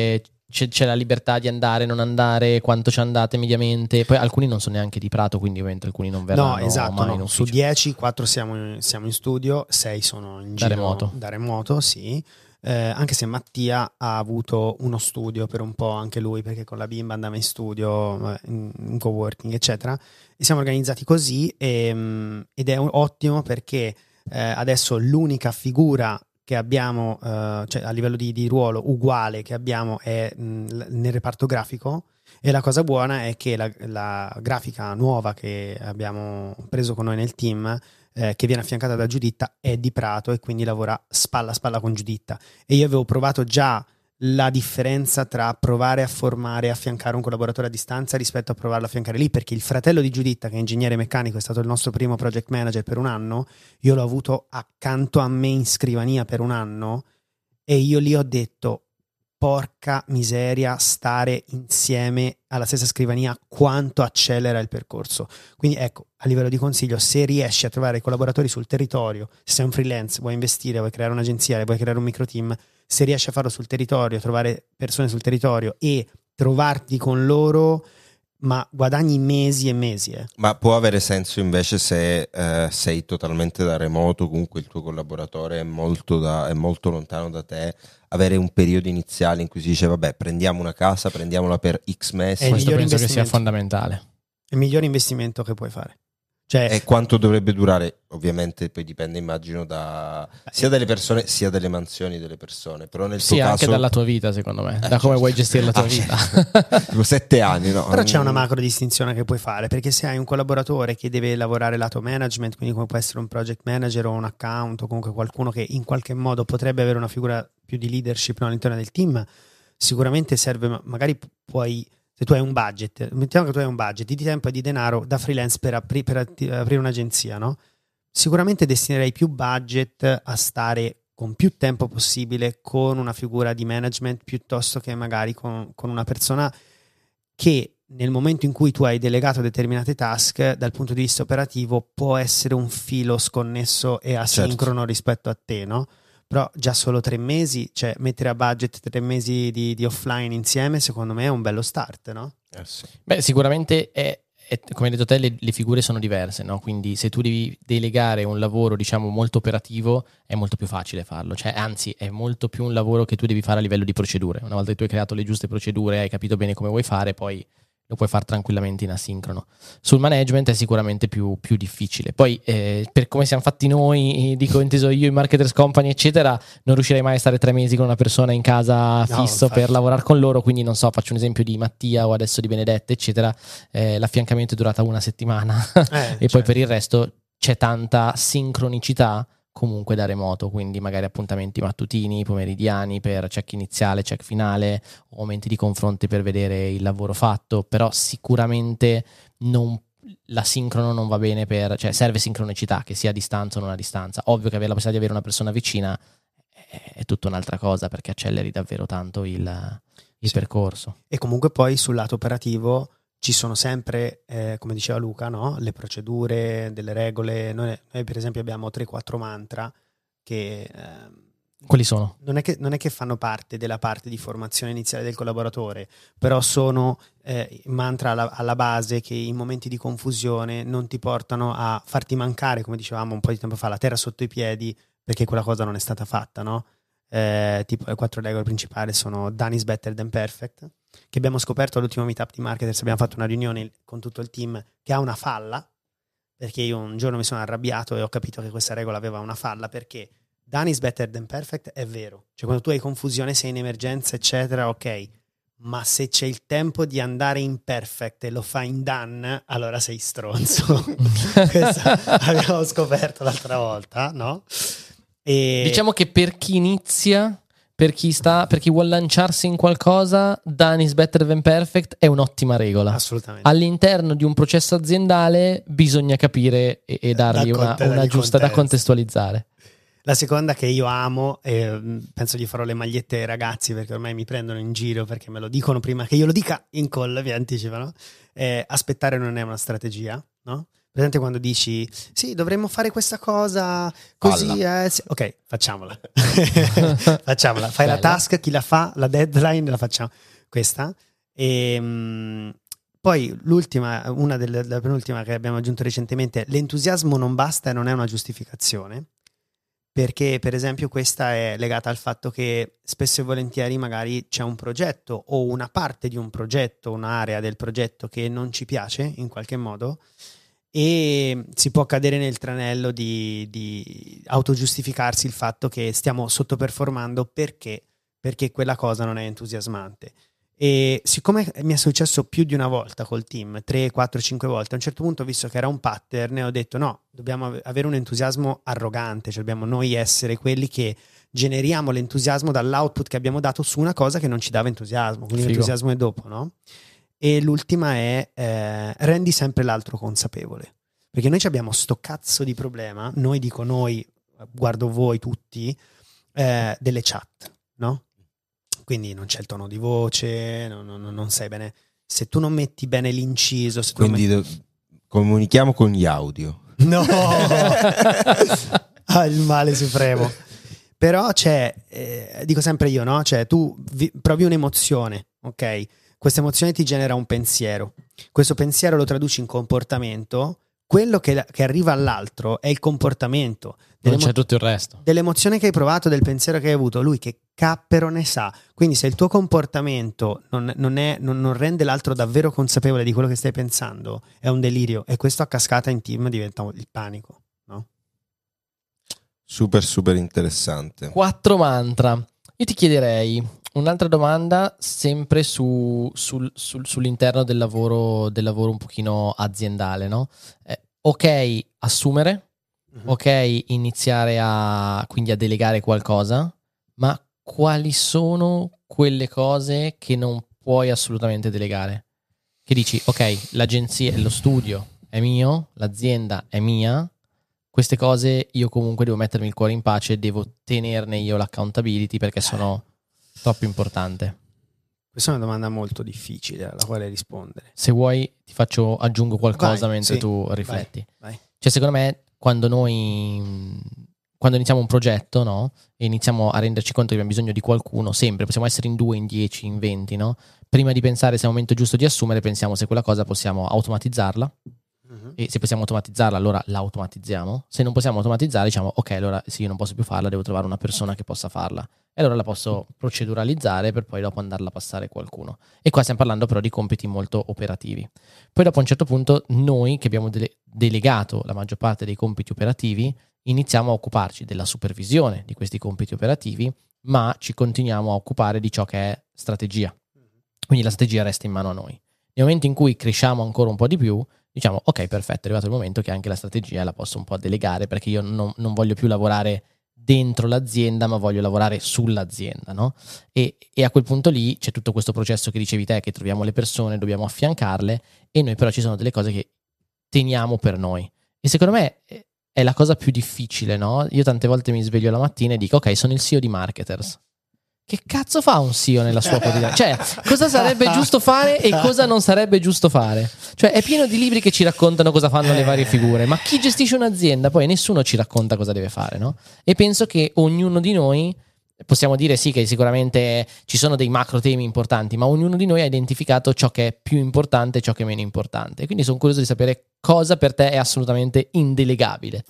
c'è, c'è la libertà di andare, non andare, quanto ci andate mediamente. Poi alcuni non sono neanche di Prato, quindi ovviamente alcuni non verranno.
No, esatto,
mai
no.
in
Su
ufficio.
dieci, quattro siamo in, siamo in studio, sei sono in
Da
giro
remoto.
da remoto, sì. Eh, anche se Mattia ha avuto uno studio per un po' anche lui, perché con la bimba andava in studio, in, in coworking, eccetera. E siamo organizzati così e, mh, ed è un- ottimo perché eh, adesso l'unica figura che abbiamo, eh, cioè a livello di, di ruolo uguale che abbiamo è mh, l- nel reparto grafico. E la cosa buona è che la, la grafica nuova che abbiamo preso con noi nel team, eh, che viene affiancata da Giuditta, è di Prato e quindi lavora spalla a spalla con Giuditta. E io avevo provato già la differenza tra provare a formare e affiancare un collaboratore a distanza rispetto a provarlo a affiancare lì, perché il fratello di Giuditta, che è ingegnere meccanico, è stato il nostro primo project manager per un anno, io l'ho avuto accanto a me in scrivania per un anno e io lì ho detto: porca miseria, stare insieme alla stessa scrivania quanto accelera il percorso. Quindi ecco, a livello di consiglio, se riesci a trovare collaboratori sul territorio, se sei un freelance, vuoi investire, vuoi creare un'agenzia, vuoi creare un micro team, se riesci a farlo sul territorio, trovare persone sul territorio e trovarti con loro, ma guadagni mesi e mesi. Eh.
Ma può avere senso invece se eh, sei totalmente da remoto, comunque il tuo collaboratore è molto, da, è molto lontano da te, avere un periodo iniziale in cui si dice vabbè, prendiamo una casa, prendiamola per X mesi.
È il
Questo
miglior
penso che sia
investimento.
fondamentale.
È il miglior investimento che puoi fare. Cioè,
E quanto dovrebbe durare? Ovviamente poi dipende, immagino, da sia delle persone sia delle mansioni delle persone, però nel
Sì,
tuo
anche
caso
dalla tua vita, secondo me,
Eh,
da come
certo.
vuoi gestire la tua
Ah,
vita.
tipo sette anni, no?
Però c'è una macro distinzione che puoi fare, perché se hai un collaboratore che deve lavorare lato management, quindi come può essere un project manager o un account o comunque qualcuno che in qualche modo potrebbe avere una figura più di leadership, no, all'interno del team, sicuramente serve, ma- magari pu- puoi, se tu hai un budget, mettiamo che tu hai un budget di tempo e di denaro da freelance per, apri- per atti- aprire un'agenzia, no? Sicuramente destinerei più budget a stare con più tempo possibile con una figura di management piuttosto che magari con, con una persona che nel momento in cui tu hai delegato determinate task dal punto di vista operativo può essere un filo sconnesso e asincrono rispetto a te, no? Però già solo tre mesi, cioè mettere a budget tre mesi di, di offline insieme, secondo me è un bello start, no?
Eh sì.
Beh, sicuramente è, è- come hai detto te, le, le figure sono diverse, no? Quindi se tu devi delegare un lavoro, diciamo, molto operativo, è molto più facile farlo. Cioè, anzi, è molto più un lavoro che tu devi fare a livello di procedure. Una volta che tu hai creato le giuste procedure, hai capito bene come vuoi fare, poi lo puoi fare tranquillamente in asincrono. Sul management è sicuramente più, più difficile. Poi, eh, per come siamo fatti noi, dico inteso io, i marketers company, eccetera, non riuscirei mai a stare tre mesi con una persona in casa fisso
infatti.
per lavorare con loro. Quindi, non so, faccio un esempio di Mattia o adesso di Benedetta, eccetera. Eh, l'affiancamento è durata una settimana
Eh,
e poi
cioè,
per il resto c'è tanta sincronicità comunque da remoto, quindi magari appuntamenti mattutini, pomeridiani per check iniziale, check finale, o momenti di confronti per vedere il lavoro fatto, però sicuramente non, la sincrono non va bene per, cioè serve sincronicità, che sia a distanza o non a distanza. Ovvio che avere la possibilità di avere una persona vicina è, è tutta un'altra cosa, perché acceleri davvero tanto il, il
Sì.
percorso.
E comunque poi sul lato operativo ci sono sempre, eh, come diceva Luca, no? Le procedure, delle regole. Noi, noi per esempio abbiamo tre quattro mantra che ehm,
Quali sono?
non è che, non è che fanno parte della parte di formazione iniziale del collaboratore, però sono eh, mantra alla, alla base che in momenti di confusione non ti portano a farti mancare, come dicevamo un po' di tempo fa, la terra sotto i piedi perché quella cosa non è stata fatta, no? Eh, tipo le quattro regole principali sono done is better than perfect, che abbiamo scoperto all'ultimo meetup di marketers. Abbiamo fatto una riunione con tutto il team che ha una falla, perché io un giorno mi sono arrabbiato e ho capito che questa regola aveva una falla, perché done is better than perfect è vero, cioè quando tu hai confusione, sei in emergenza eccetera, ok, ma se c'è il tempo di andare in perfect e lo fai in done, allora sei stronzo. Questo abbiamo scoperto l'altra volta, no? E
Diciamo che per chi inizia, per chi sta, per chi vuole lanciarsi in qualcosa, done is better than perfect è un'ottima regola.
assolutamente.
All'interno di un processo aziendale bisogna capire e, e dargli
Da
una,
conte-
una
dargli
giusta da
contesto.
contestualizzare.
La seconda che io amo, e mm, penso di farò le magliette ai ragazzi perché ormai mi prendono in giro perché me lo dicono prima che io lo dica in call, vi anticipano, è aspettare non è una strategia, no? Presente quando dici sì, dovremmo fare questa cosa così, eh, sì. Ok, facciamola. Facciamola, fai la
Bella.
task, chi la fa, la deadline la facciamo. questa. E mh, poi l'ultima, una delle, la penultima che abbiamo aggiunto recentemente, l'entusiasmo non basta e non è una giustificazione, perché per esempio questa è legata al fatto che spesso e volentieri magari c'è un progetto o una parte di un progetto, un'area del progetto che non ci piace in qualche modo, e si può cadere nel tranello di, di autogiustificarsi il fatto che stiamo sottoperformando perché, perché quella cosa non è entusiasmante. E siccome mi è successo più di una volta col team, tre, quattro, cinque volte, a un certo punto ho visto che era un pattern e ho detto no, dobbiamo avere un entusiasmo arrogante, cioè dobbiamo noi essere quelli che generiamo l'entusiasmo dall'output che abbiamo dato su una cosa che non ci dava entusiasmo, quindi
Figo.
l'entusiasmo è dopo, no? E l'ultima è eh, rendi sempre l'altro consapevole, perché noi ci abbiamo sto cazzo di problema, noi dico noi, guardo voi tutti, eh, delle chat, no? Quindi non c'è il tono di voce, non, non, non sai bene, se tu non metti bene l'inciso, se tu non
Quindi
metti...
do- comunichiamo con gli audio.
No, ah, il male supremo. Però c'è, eh, dico sempre io, no? Cioè tu vi- provi un'emozione, ok? Questa emozione ti genera un pensiero. Questo pensiero lo traduci in comportamento. Quello che, che arriva all'altro è il comportamento.
Non
Dell'emo-
c'è tutto il resto.
dell'emozione che hai provato, del pensiero che hai avuto. Lui che cappero ne sa. Quindi se il tuo comportamento non, non, è, non, non rende l'altro davvero consapevole di quello che stai pensando, è un delirio. E questo a cascata in team diventa il panico, no?
Super super interessante.
Quattro mantra. Io ti chiederei un'altra domanda sempre su, sul, sul- sull'interno del lavoro, del lavoro un pochino aziendale, no? Eh, ok, assumere, ok, iniziare a quindi a delegare qualcosa, ma quali sono quelle cose che non puoi assolutamente delegare? Che dici, ok, l'agenzia, lo studio è mio, l'azienda è mia, queste cose io comunque devo mettermi il cuore in pace, devo tenerne io l'accountability perché sono troppo importante.
Questa è una domanda molto difficile alla quale rispondere.
Se vuoi ti faccio, aggiungo qualcosa
Vai,
mentre
sì,
tu rifletti.
Vai, vai.
Cioè secondo me quando noi mh, quando iniziamo un progetto, no? E iniziamo a renderci conto che abbiamo bisogno di qualcuno, sempre, possiamo essere in due, in dieci, in venti, no? Prima di pensare se è il momento giusto di assumere, pensiamo se quella cosa possiamo automatizzarla.
Mhm.
E se possiamo automatizzarla, allora la automatizziamo. Se non possiamo automatizzare, diciamo ok, allora se io non posso più farla, devo trovare una persona che possa farla. E allora la posso proceduralizzare per poi dopo andarla a passare a qualcuno. E qua stiamo parlando però di compiti molto operativi. Poi dopo a un certo punto noi che abbiamo dele- delegato la maggior parte dei compiti operativi iniziamo a occuparci della supervisione di questi compiti operativi, ma ci continuiamo a occupare di ciò che è strategia. Quindi la strategia resta in mano a noi. Nel momento in cui cresciamo ancora un po' di più, diciamo ok, perfetto, è arrivato il momento che anche la strategia la posso un po' delegare, perché io non, non voglio più lavorare dentro l'azienda, ma voglio lavorare sull'azienda, no? E, e a quel punto lì c'è tutto questo processo che dicevi te, che troviamo le persone, dobbiamo affiancarle, e noi però ci sono delle cose che teniamo per noi. E secondo me eh, è la cosa più difficile, no? Io tante volte mi sveglio la mattina e dico ok, sono il C E O di Marketers. Che cazzo fa un C E O nella sua quotidianità? Cioè, cosa sarebbe giusto fare e cosa non sarebbe giusto fare? Cioè, è pieno di libri che ci raccontano cosa fanno le varie figure, ma chi gestisce un'azienda poi nessuno ci racconta cosa deve fare, no? E penso che ognuno di noi, possiamo dire sì che sicuramente ci sono dei macro temi importanti, ma ognuno di noi ha identificato ciò che è più importante e ciò che è meno importante. Quindi sono curioso di sapere cosa per te è assolutamente indelegabile.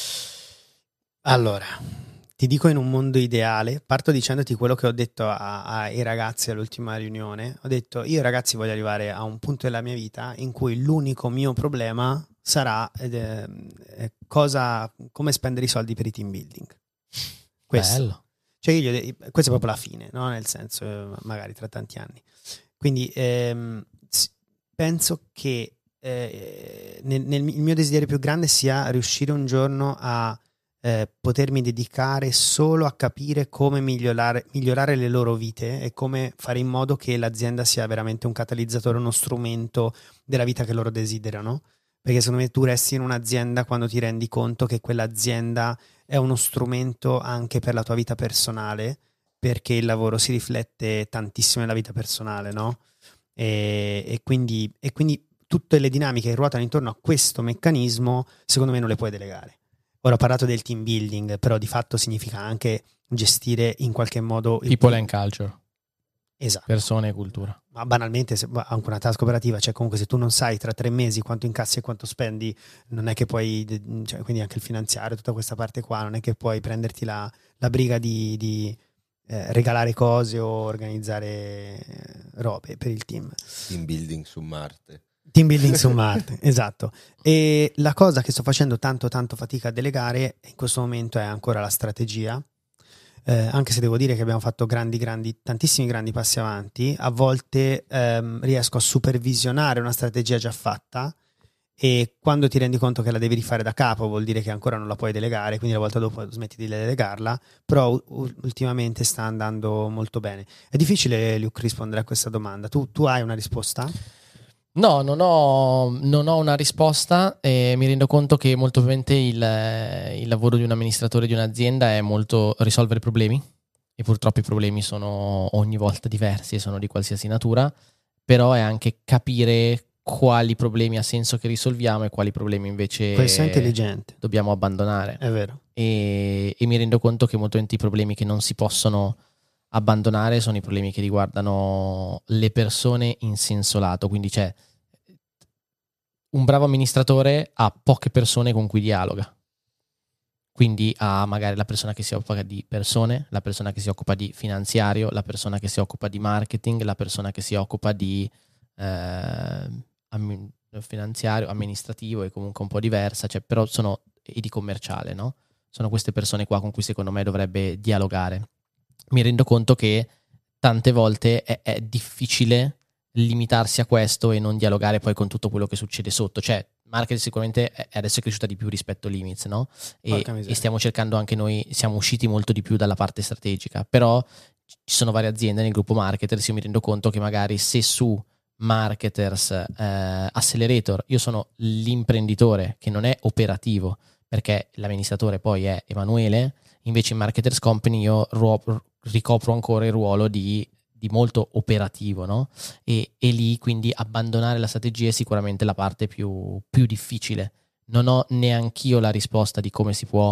Allora, ti dico in un mondo ideale, parto dicendoti quello che ho detto a- ai ragazzi all'ultima riunione. Ho detto, io ragazzi voglio arrivare a un punto della mia vita in cui l'unico mio problema sarà ed è- è cosa, come spendere i soldi per i team building. Questo.
Bello.
Cioè io gli ho de- questa è proprio la fine, no? Nel senso, eh, magari tra tanti anni. Quindi ehm, s- penso che eh, nel, nel- il mio desiderio più grande sia riuscire un giorno a eh, potermi dedicare solo a capire come migliorare, migliorare le loro vite e come fare in modo che l'azienda sia veramente un catalizzatore, uno strumento della vita che loro desiderano. Perché secondo me tu resti in un'azienda quando ti rendi conto che quell'azienda è uno strumento anche per la tua vita personale, perché il lavoro si riflette tantissimo nella vita personale, no? E, e quindi, e quindi tutte le dinamiche che ruotano intorno a questo meccanismo, secondo me non le puoi delegare. Ora ho parlato del team building, però di fatto significa anche gestire in qualche modo il
People and culture.
Esatto.
persone e cultura.
Ma banalmente, se, anche una task operativa, cioè comunque se tu non sai tra tre mesi quanto incassi e quanto spendi, non è che puoi, cioè, quindi anche il finanziario, tutta questa parte qua, non è che puoi prenderti la, la briga di, di eh, regalare cose o organizzare eh, robe per il team.
Team building su Marte.
Team building su Marte, esatto. E la cosa che sto facendo tanto tanto fatica a delegare in questo momento è ancora la strategia. Eh, anche se devo dire che abbiamo fatto grandi, grandi, tantissimi grandi passi avanti, a volte ehm, riesco a supervisionare una strategia già fatta e quando ti rendi conto che la devi rifare da capo vuol dire che ancora non la puoi delegare, quindi la volta dopo smetti di delegarla, però u- ultimamente sta andando molto bene. È difficile, Luke, rispondere a questa domanda. Tu, tu hai una risposta?
No, non ho, non ho una risposta e mi rendo conto che molto probabilmente il, il lavoro di un amministratore di un'azienda è molto risolvere problemi e purtroppo i problemi sono ogni volta diversi e sono di qualsiasi natura, però è anche capire quali problemi ha senso che risolviamo e quali problemi invece
Questo è intelligente,
dobbiamo abbandonare.
è vero.
E, e mi rendo conto che molto probabilmente i problemi che non si possono abbandonare sono i problemi che riguardano le persone in senso lato, quindi c'è un bravo amministratore ha poche persone con cui dialoga, quindi ha magari la persona che si occupa di persone, la persona che si occupa di finanziario, la persona che si occupa di marketing, la persona che si occupa di eh, ammi- finanziario, amministrativo e comunque un po' diversa, cioè, però sono e di commerciale, no? Sono queste persone qua con cui secondo me dovrebbe dialogare. Mi rendo conto che tante volte è, è difficile limitarsi a questo e non dialogare poi con tutto quello che succede sotto. Cioè, marketing sicuramente è, adesso è cresciuta di più rispetto a Limits, no? E, e stiamo cercando anche noi, siamo usciti molto di più dalla parte strategica, però ci sono varie aziende nel gruppo marketers. Io mi rendo conto che magari se su marketers eh, accelerator io sono l'imprenditore che non è operativo, perché l'amministratore poi è Emanuele, invece in marketers company io ruo- ricopro ancora il ruolo di di molto operativo, no? E, e lì quindi abbandonare la strategia è sicuramente la parte più, più difficile. Non ho neanch'io la risposta di come si può,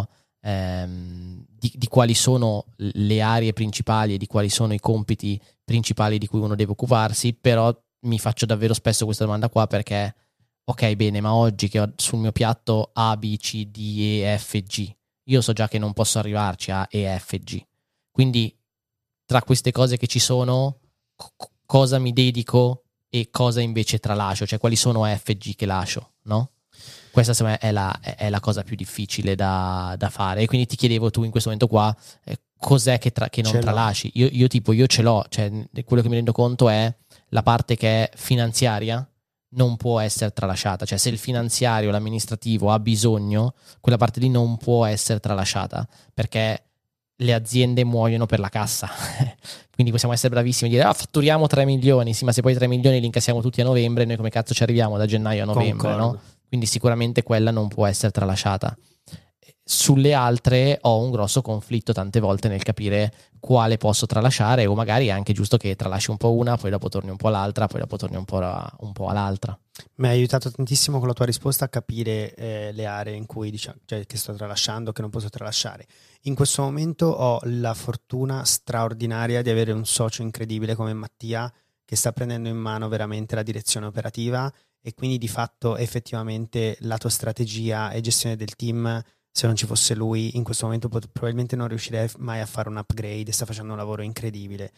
ehm, di, di quali sono le aree principali e di quali sono i compiti principali di cui uno deve occuparsi, però mi faccio davvero spesso questa domanda qua perché, ok, bene, ma oggi che ho sul mio piatto A, B, C, D, E, F, G, io so già che non posso arrivarci a E, F, G. Quindi tra queste cose che ci sono, c- cosa mi dedico e cosa invece tralascio, cioè quali sono F e G che lascio, no? Questa secondo me è la, è la cosa più difficile da, da fare. E quindi ti chiedevo tu in questo momento qua, eh, cos'è che, tra, che non
Ce l'ho.
tralasci? Io, io tipo, io ce l'ho, cioè quello che mi rendo conto è la parte che è finanziaria non può essere tralasciata, cioè se il finanziario, l'amministrativo ha bisogno, quella parte lì non può essere tralasciata, perché le aziende muoiono per la cassa. Quindi possiamo essere bravissimi e dire ah, fatturiamo tre milioni, sì, ma se poi tre milioni li incassiamo tutti a novembre, noi come cazzo ci arriviamo da gennaio a novembre,
Concordo.
no? Quindi sicuramente quella non può essere tralasciata. Sulle altre ho un grosso conflitto tante volte nel capire quale posso tralasciare, o magari è anche giusto che tralasci un po' una, poi dopo torni un po' all'altra, poi dopo torni un po', a, un po' all'altra.
Mi ha aiutato tantissimo con la tua risposta a capire eh, le aree in cui diciamo, cioè, che sto tralasciando, che non posso tralasciare. In questo momento ho la fortuna straordinaria di avere un socio incredibile come Mattia che sta prendendo in mano veramente la direzione operativa e quindi di fatto effettivamente lato strategia e gestione del team, se non ci fosse lui in questo momento pot- probabilmente non riuscirei mai a fare un upgrade, sta facendo un lavoro incredibile.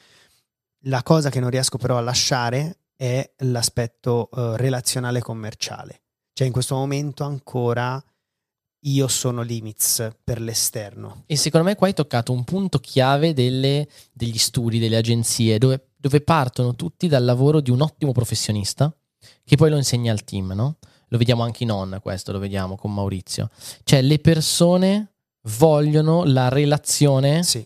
La cosa che non riesco però a lasciare è l'aspetto uh, relazionale commerciale, cioè in questo momento ancora io sono Limits per l'esterno.
E secondo me qua hai toccato un punto chiave delle, degli studi, delle agenzie, dove, dove partono tutti dal lavoro di un ottimo professionista che poi lo insegna al team, no? Lo vediamo anche in On, questo lo vediamo con Maurizio. Cioè le persone vogliono la relazione
Sì,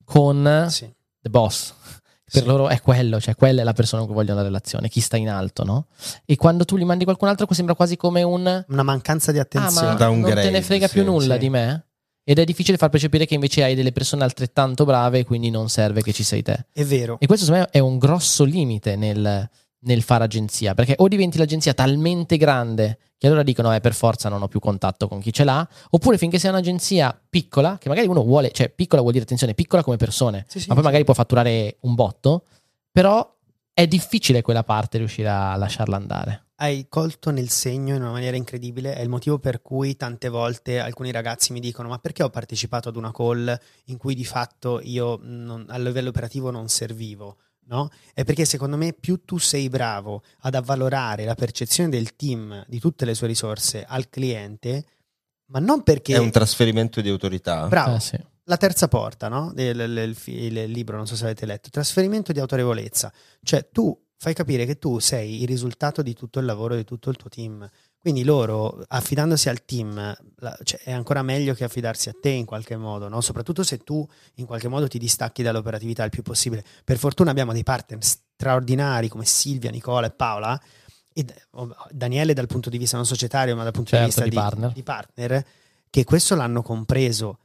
con
sì.
the boss. Per
Sì.
loro è quello, cioè quella è la persona con cui vogliono la relazione, chi sta in alto, no? E quando tu li mandi qualcun altro sembra quasi come un
Una mancanza di
ah,
attenzione.
ma
Da un
non te ne
grade,
frega più
sì,
nulla
sì.
di me? Ed è difficile far percepire che invece hai delle persone altrettanto brave e quindi non serve che ci sei te.
È vero.
E questo secondo me è un grosso limite nel, nel fare agenzia, perché o diventi l'agenzia talmente grande che allora dicono eh per forza non ho più contatto con chi ce l'ha, oppure finché sei un'agenzia piccola, che magari uno vuole, cioè piccola vuol dire attenzione, piccola come persone,
Sì, sì,
ma poi
sì.
magari può fatturare un botto, però è difficile quella parte riuscire a lasciarla andare.
Hai colto nel segno in una maniera incredibile, è il motivo per cui tante volte alcuni ragazzi mi dicono ma perché ho partecipato ad una call in cui di fatto io non, a livello operativo non servivo, no? È perché secondo me più tu sei bravo ad avvalorare la percezione del team di tutte le sue risorse al cliente, ma non perché...
È un trasferimento di autorità.
Bravo.
Eh, sì.
La terza porta, no? Il, il, il, il libro, non so se avete letto, trasferimento di autorevolezza, cioè tu fai capire che tu sei il risultato di tutto il lavoro di tutto il tuo team, quindi loro affidandosi al team, la, cioè, è ancora meglio che affidarsi a te in qualche modo, no? Soprattutto se tu in qualche modo ti distacchi dall'operatività il più possibile. Per fortuna abbiamo dei partner straordinari come Silvia, Nicola e Paola, e Daniele dal punto di vista non societario ma dal punto
Certo,
di vista
di
di,
partner.
di partner, che questo l'hanno compreso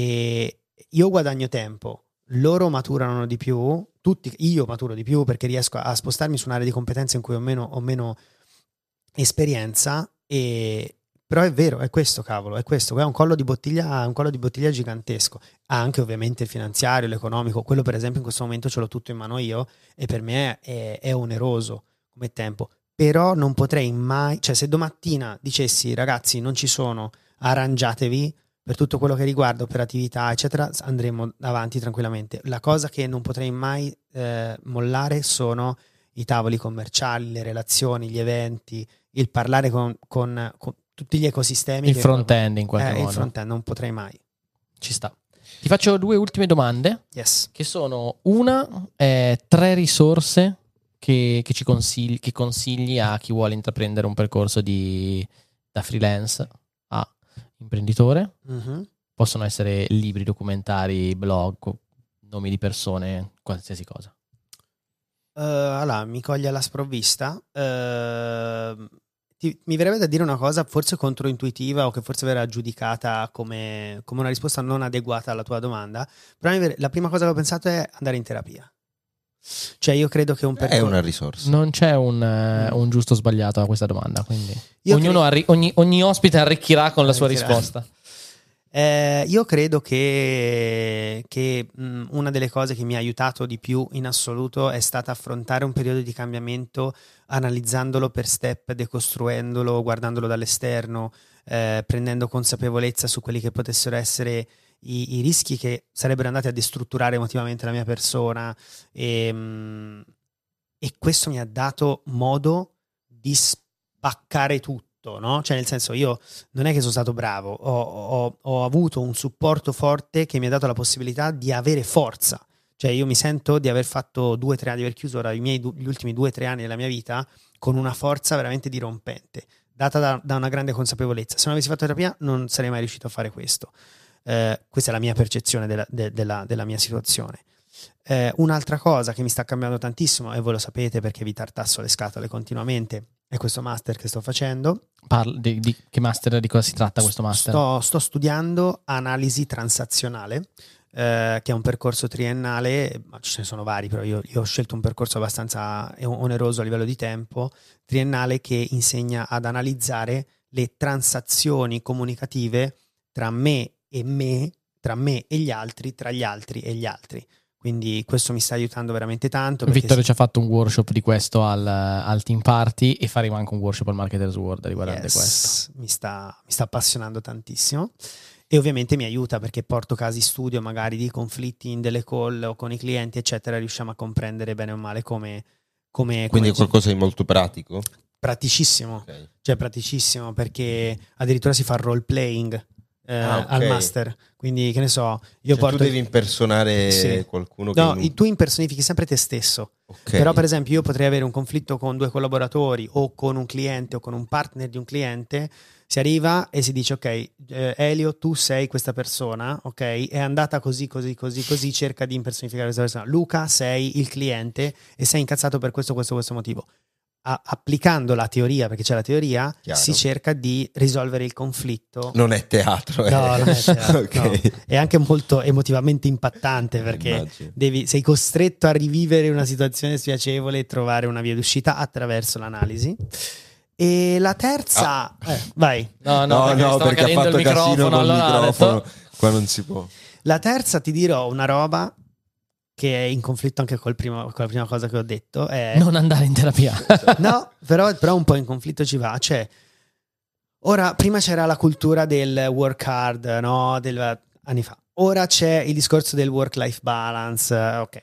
e io guadagno tempo, loro maturano di più, tutti, io maturo di più perché riesco a spostarmi su un'area di competenza in cui ho meno, ho meno esperienza, e però è vero, è questo cavolo, è questo, è un collo di bottiglia, un collo di bottiglia gigantesco. Ha anche ovviamente il finanziario, l'economico, quello per esempio in questo momento ce l'ho tutto in mano io e per me è, è oneroso come tempo, però non potrei mai, cioè se domattina dicessi ragazzi non ci sono, arrangiatevi, per tutto quello che riguarda operatività eccetera andremo avanti tranquillamente. La cosa che non potrei mai eh, mollare sono i tavoli commerciali, le relazioni, gli eventi, il parlare con, con, con tutti gli ecosistemi,
il
che,
front-end in qualche
eh,
modo.
il front-end non potrei mai.
Ci sta. Ti faccio due ultime domande,
Yes.
che sono una, eh, tre risorse che, che ci consigli, che consigli a chi vuole intraprendere un percorso di, da freelance a imprenditore.
Mm-hmm.
Possono essere libri, documentari, blog, nomi di persone, qualsiasi cosa.
Uh, allora, mi coglie alla sprovvista. Uh, ti, mi verrebbe da dire una cosa forse controintuitiva o che forse verrà giudicata come, come una risposta non adeguata alla tua domanda, però mi ver- la prima cosa che ho pensato è andare in terapia. Cioè io credo che un percorso...
È una risorsa.
Non c'è un, eh, un giusto o sbagliato a questa domanda, quindi
Io
ognuno
credo-
arri- ogni, ogni ospite arricchirà con la sua
Arricchirà.
risposta.
Eh, io credo che, che mh, una delle cose che mi ha aiutato di più in assoluto è stata affrontare un periodo di cambiamento analizzandolo per step, decostruendolo, guardandolo dall'esterno, eh, prendendo consapevolezza su quelli che potessero essere i, i rischi che sarebbero andati a destrutturare emotivamente la mia persona, e, mh, e questo mi ha dato modo di spaccare tutto. No? Cioè nel senso, io non è che sono stato bravo, ho, ho, ho avuto un supporto forte che mi ha dato la possibilità di avere forza. Cioè io mi sento di aver fatto due o tre anni, di aver chiuso ora i miei, gli ultimi due o tre anni della mia vita con una forza veramente dirompente, data da, da una grande consapevolezza. Se non avessi fatto terapia non sarei mai riuscito a fare questo. Eh, questa è la mia percezione della, de, della, della mia situazione. Eh, un'altra cosa che mi sta cambiando tantissimo, e voi lo sapete perché vi tartasso le scatole continuamente, è questo master che sto facendo.
Parla di, di che master, di cosa si tratta questo master?
Sto, sto studiando analisi transazionale, eh, che è un percorso triennale, ma ce ne sono vari, però io, io ho scelto un percorso abbastanza oneroso a livello di tempo, triennale, che insegna ad analizzare le transazioni comunicative tra me e me, tra me e gli altri, tra gli altri e gli altri. Quindi questo mi sta aiutando veramente tanto.
Vittorio
si...
ci ha fatto un workshop di questo al, al Team Party e faremo anche un workshop al Marketers World riguardante
yes,
questo.
Mi sta, mi sta appassionando tantissimo e ovviamente mi aiuta perché porto casi studio magari di conflitti in delle call o con i clienti eccetera, riusciamo a comprendere bene o male come... come
Quindi
come
è qualcosa di molto pratico?
Praticissimo,
Okay.
Cioè praticissimo perché addirittura si fa role playing. Eh,
Ah, okay.
al master, quindi che ne so, io
Cioè,
porto
tu devi impersonare
sì.
qualcuno che
no,
in un...
tu impersonifichi sempre te stesso.
Okay.
Però per esempio io potrei avere un conflitto con due collaboratori o con un cliente o con un partner di un cliente, si arriva e si dice ok, eh, Elio tu sei questa persona, ok, è andata così così così così, cerca di impersonificare questa persona. Luca sei il cliente e sei incazzato per questo questo questo motivo. A- applicando la teoria, perché c'è la teoria,
Chiaro.
si cerca di risolvere il conflitto.
Non è teatro, eh.
No, non è teatro,
Okay.
no. È anche molto emotivamente impattante perché
Immagino.
devi, sei costretto a rivivere una situazione spiacevole e trovare una via d'uscita attraverso l'analisi. E la terza, eh, vai.
No, no,
No,
perché,
no,
stava
perché ha
cadendo
fatto
il
casino
microfono,
col
allora ha
microfono.
detto-
Qua non si può.
La terza ti dirò una roba che è in conflitto anche col primo, con la prima cosa che ho detto, è...
Non andare in terapia.
No, però, però un po' in conflitto ci va. Cioè, ora, prima c'era la cultura del work hard, no? Del, anni fa. Ora c'è il discorso del work-life balance, ok.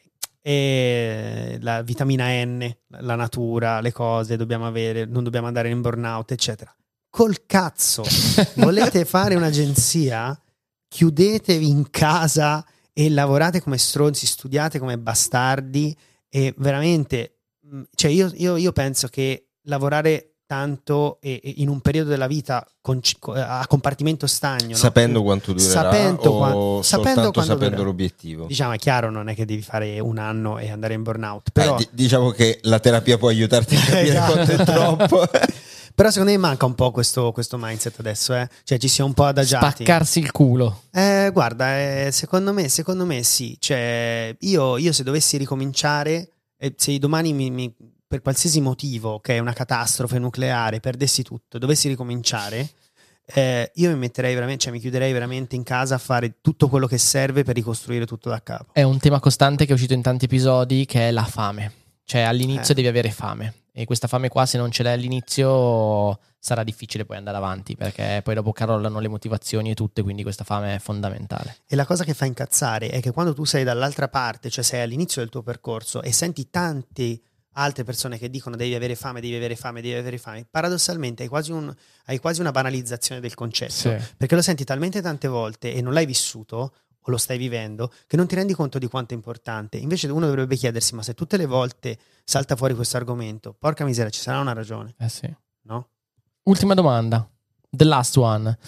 E la vitamina N, la natura, le cose, dobbiamo avere, non dobbiamo andare in burnout, eccetera. Col cazzo, volete fare un'agenzia? Chiudetevi in casa e lavorate come stronzi, studiate come bastardi e veramente, cioè io, io, io penso che lavorare tanto e, e in un periodo della vita con, a compartimento stagno, no?
Sapendo quanto durerà
sapendo
o
qua-
soltanto
sapendo quando
sapendo
durerà.
l'obiettivo?
Diciamo, è chiaro, non è che devi fare un anno e andare in burnout, però,
Eh, di- diciamo che la terapia può aiutarti a capire
Esatto.
quanto è troppo.
però secondo me manca un po' questo, questo mindset adesso, eh? Cioè ci si è un po' adagiati.
Spaccarsi il culo.
Eh, guarda, eh, secondo me, secondo me sì. Cioè, io, io se dovessi ricominciare, eh, se domani mi, mi- per qualsiasi motivo, che è una catastrofe nucleare, perdessi tutto, dovessi ricominciare, eh, io mi metterei veramente, cioè mi chiuderei veramente in casa a fare tutto quello che serve per ricostruire tutto da capo.
È un tema costante che è uscito in tanti episodi, che è la fame. Cioè all'inizio
Eh.
devi avere fame e questa fame qua, se non ce l'hai all'inizio, sarà difficile poi andare avanti, perché poi dopo crollano le motivazioni e tutte, quindi questa fame è fondamentale.
E la cosa che fa incazzare è che quando tu sei dall'altra parte, cioè sei all'inizio del tuo percorso e senti tante altre persone che dicono devi avere fame, devi avere fame, devi avere fame, paradossalmente hai quasi, un, hai quasi una banalizzazione del concetto,
Sì.
perché lo senti talmente tante volte e non l'hai vissuto o lo stai vivendo che non ti rendi conto di quanto è importante. Invece uno dovrebbe chiedersi, ma se tutte le volte salta fuori questo argomento, porca miseria, ci sarà una ragione,
Eh sì.
no?
Ultima domanda, the last one.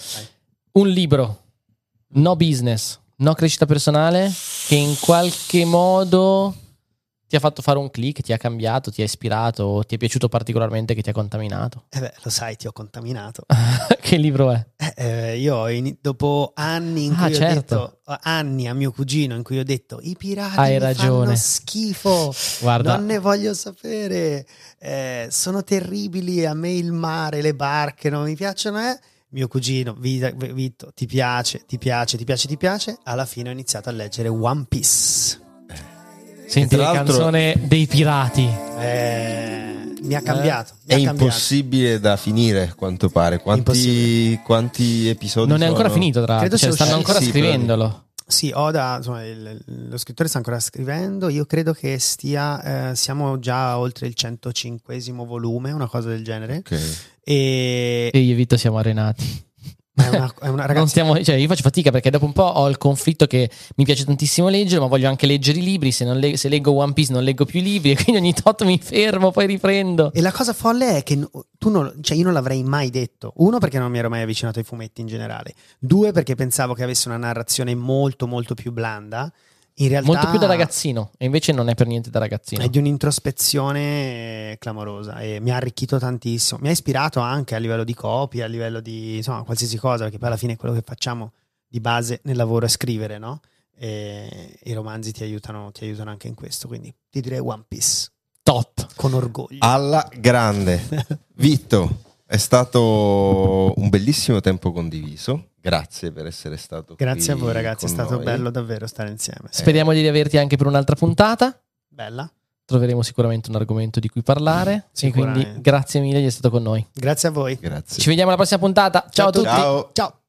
Un libro, no business, no crescita personale, che in qualche modo ti ha fatto fare un click, ti ha cambiato, ti ha ispirato, o ti è piaciuto particolarmente, che ti ha contaminato?
Eh beh, lo sai, ti ho contaminato.
Che libro è?
Eh, eh, io ho ini- dopo anni in cui
Ah,
ho
certo.
detto, anni a mio cugino in cui ho detto i pirati
Hai
mi
ragione.
fanno schifo,
Guarda,
non ne voglio sapere, eh, sono terribili, a me il mare, le barche non mi piacciono, eh? Mio cugino, Vita- Vito, ti piace, ti piace, ti piace, ti piace? Alla fine ho iniziato a leggere One Piece.
senti
tra
la
l'altro-
canzone dei pirati.
Eh, mi ha cambiato, mi
È
ha cambiato.
impossibile da finire, quanto pare. Quanti,
Impossibile.
quanti episodi
Non è ancora
sono?
finito, tra l'altro,
Credo
cioè,
sia
stanno
uscito.
ancora
Sì,
scrivendolo.
Sì, Oda, insomma, il- lo scrittore sta ancora scrivendo. Io credo che stia, eh, siamo già oltre il centocinquesimo volume, una cosa del genere.
Ok.
E
E io e Vito siamo arenati.
ma è una, è una
Non
ragazzi,
stiamo, cioè, io faccio fatica perché dopo un po' ho il conflitto che mi piace tantissimo leggere, ma voglio anche leggere i libri. Se, non le- se leggo One Piece non leggo più i libri, e quindi ogni tot mi fermo, poi riprendo.
e la cosa folle è che no- tu non, cioè io non l'avrei mai detto. Uno, perché non mi ero mai avvicinato ai fumetti in generale. Due, perché pensavo che avesse una narrazione molto molto più blanda. In realtà
Molto più da ragazzino, e invece non è per niente da ragazzino.
è di un'introspezione clamorosa e mi ha arricchito tantissimo. Mi ha ispirato anche a livello di copia, a livello di insomma qualsiasi cosa, perché poi alla fine quello che facciamo di base nel lavoro è scrivere, no? E i romanzi ti aiutano, ti aiutano anche in questo, quindi ti direi One Piece
Top.
con orgoglio.
Alla grande. Vitto, è stato un bellissimo tempo condiviso. Grazie per essere stato qui.
Grazie a voi ragazzi, è
con
stato
noi.
bello davvero stare insieme.
Speriamo di riaverti anche per un'altra puntata.
Bella.
Troveremo sicuramente un argomento di cui parlare. E quindi
Sicuramente.
grazie mille di essere stato con noi.
Grazie a voi.
Grazie.
Ci vediamo alla prossima puntata. Ciao a tutti.
Ciao.
Ciao.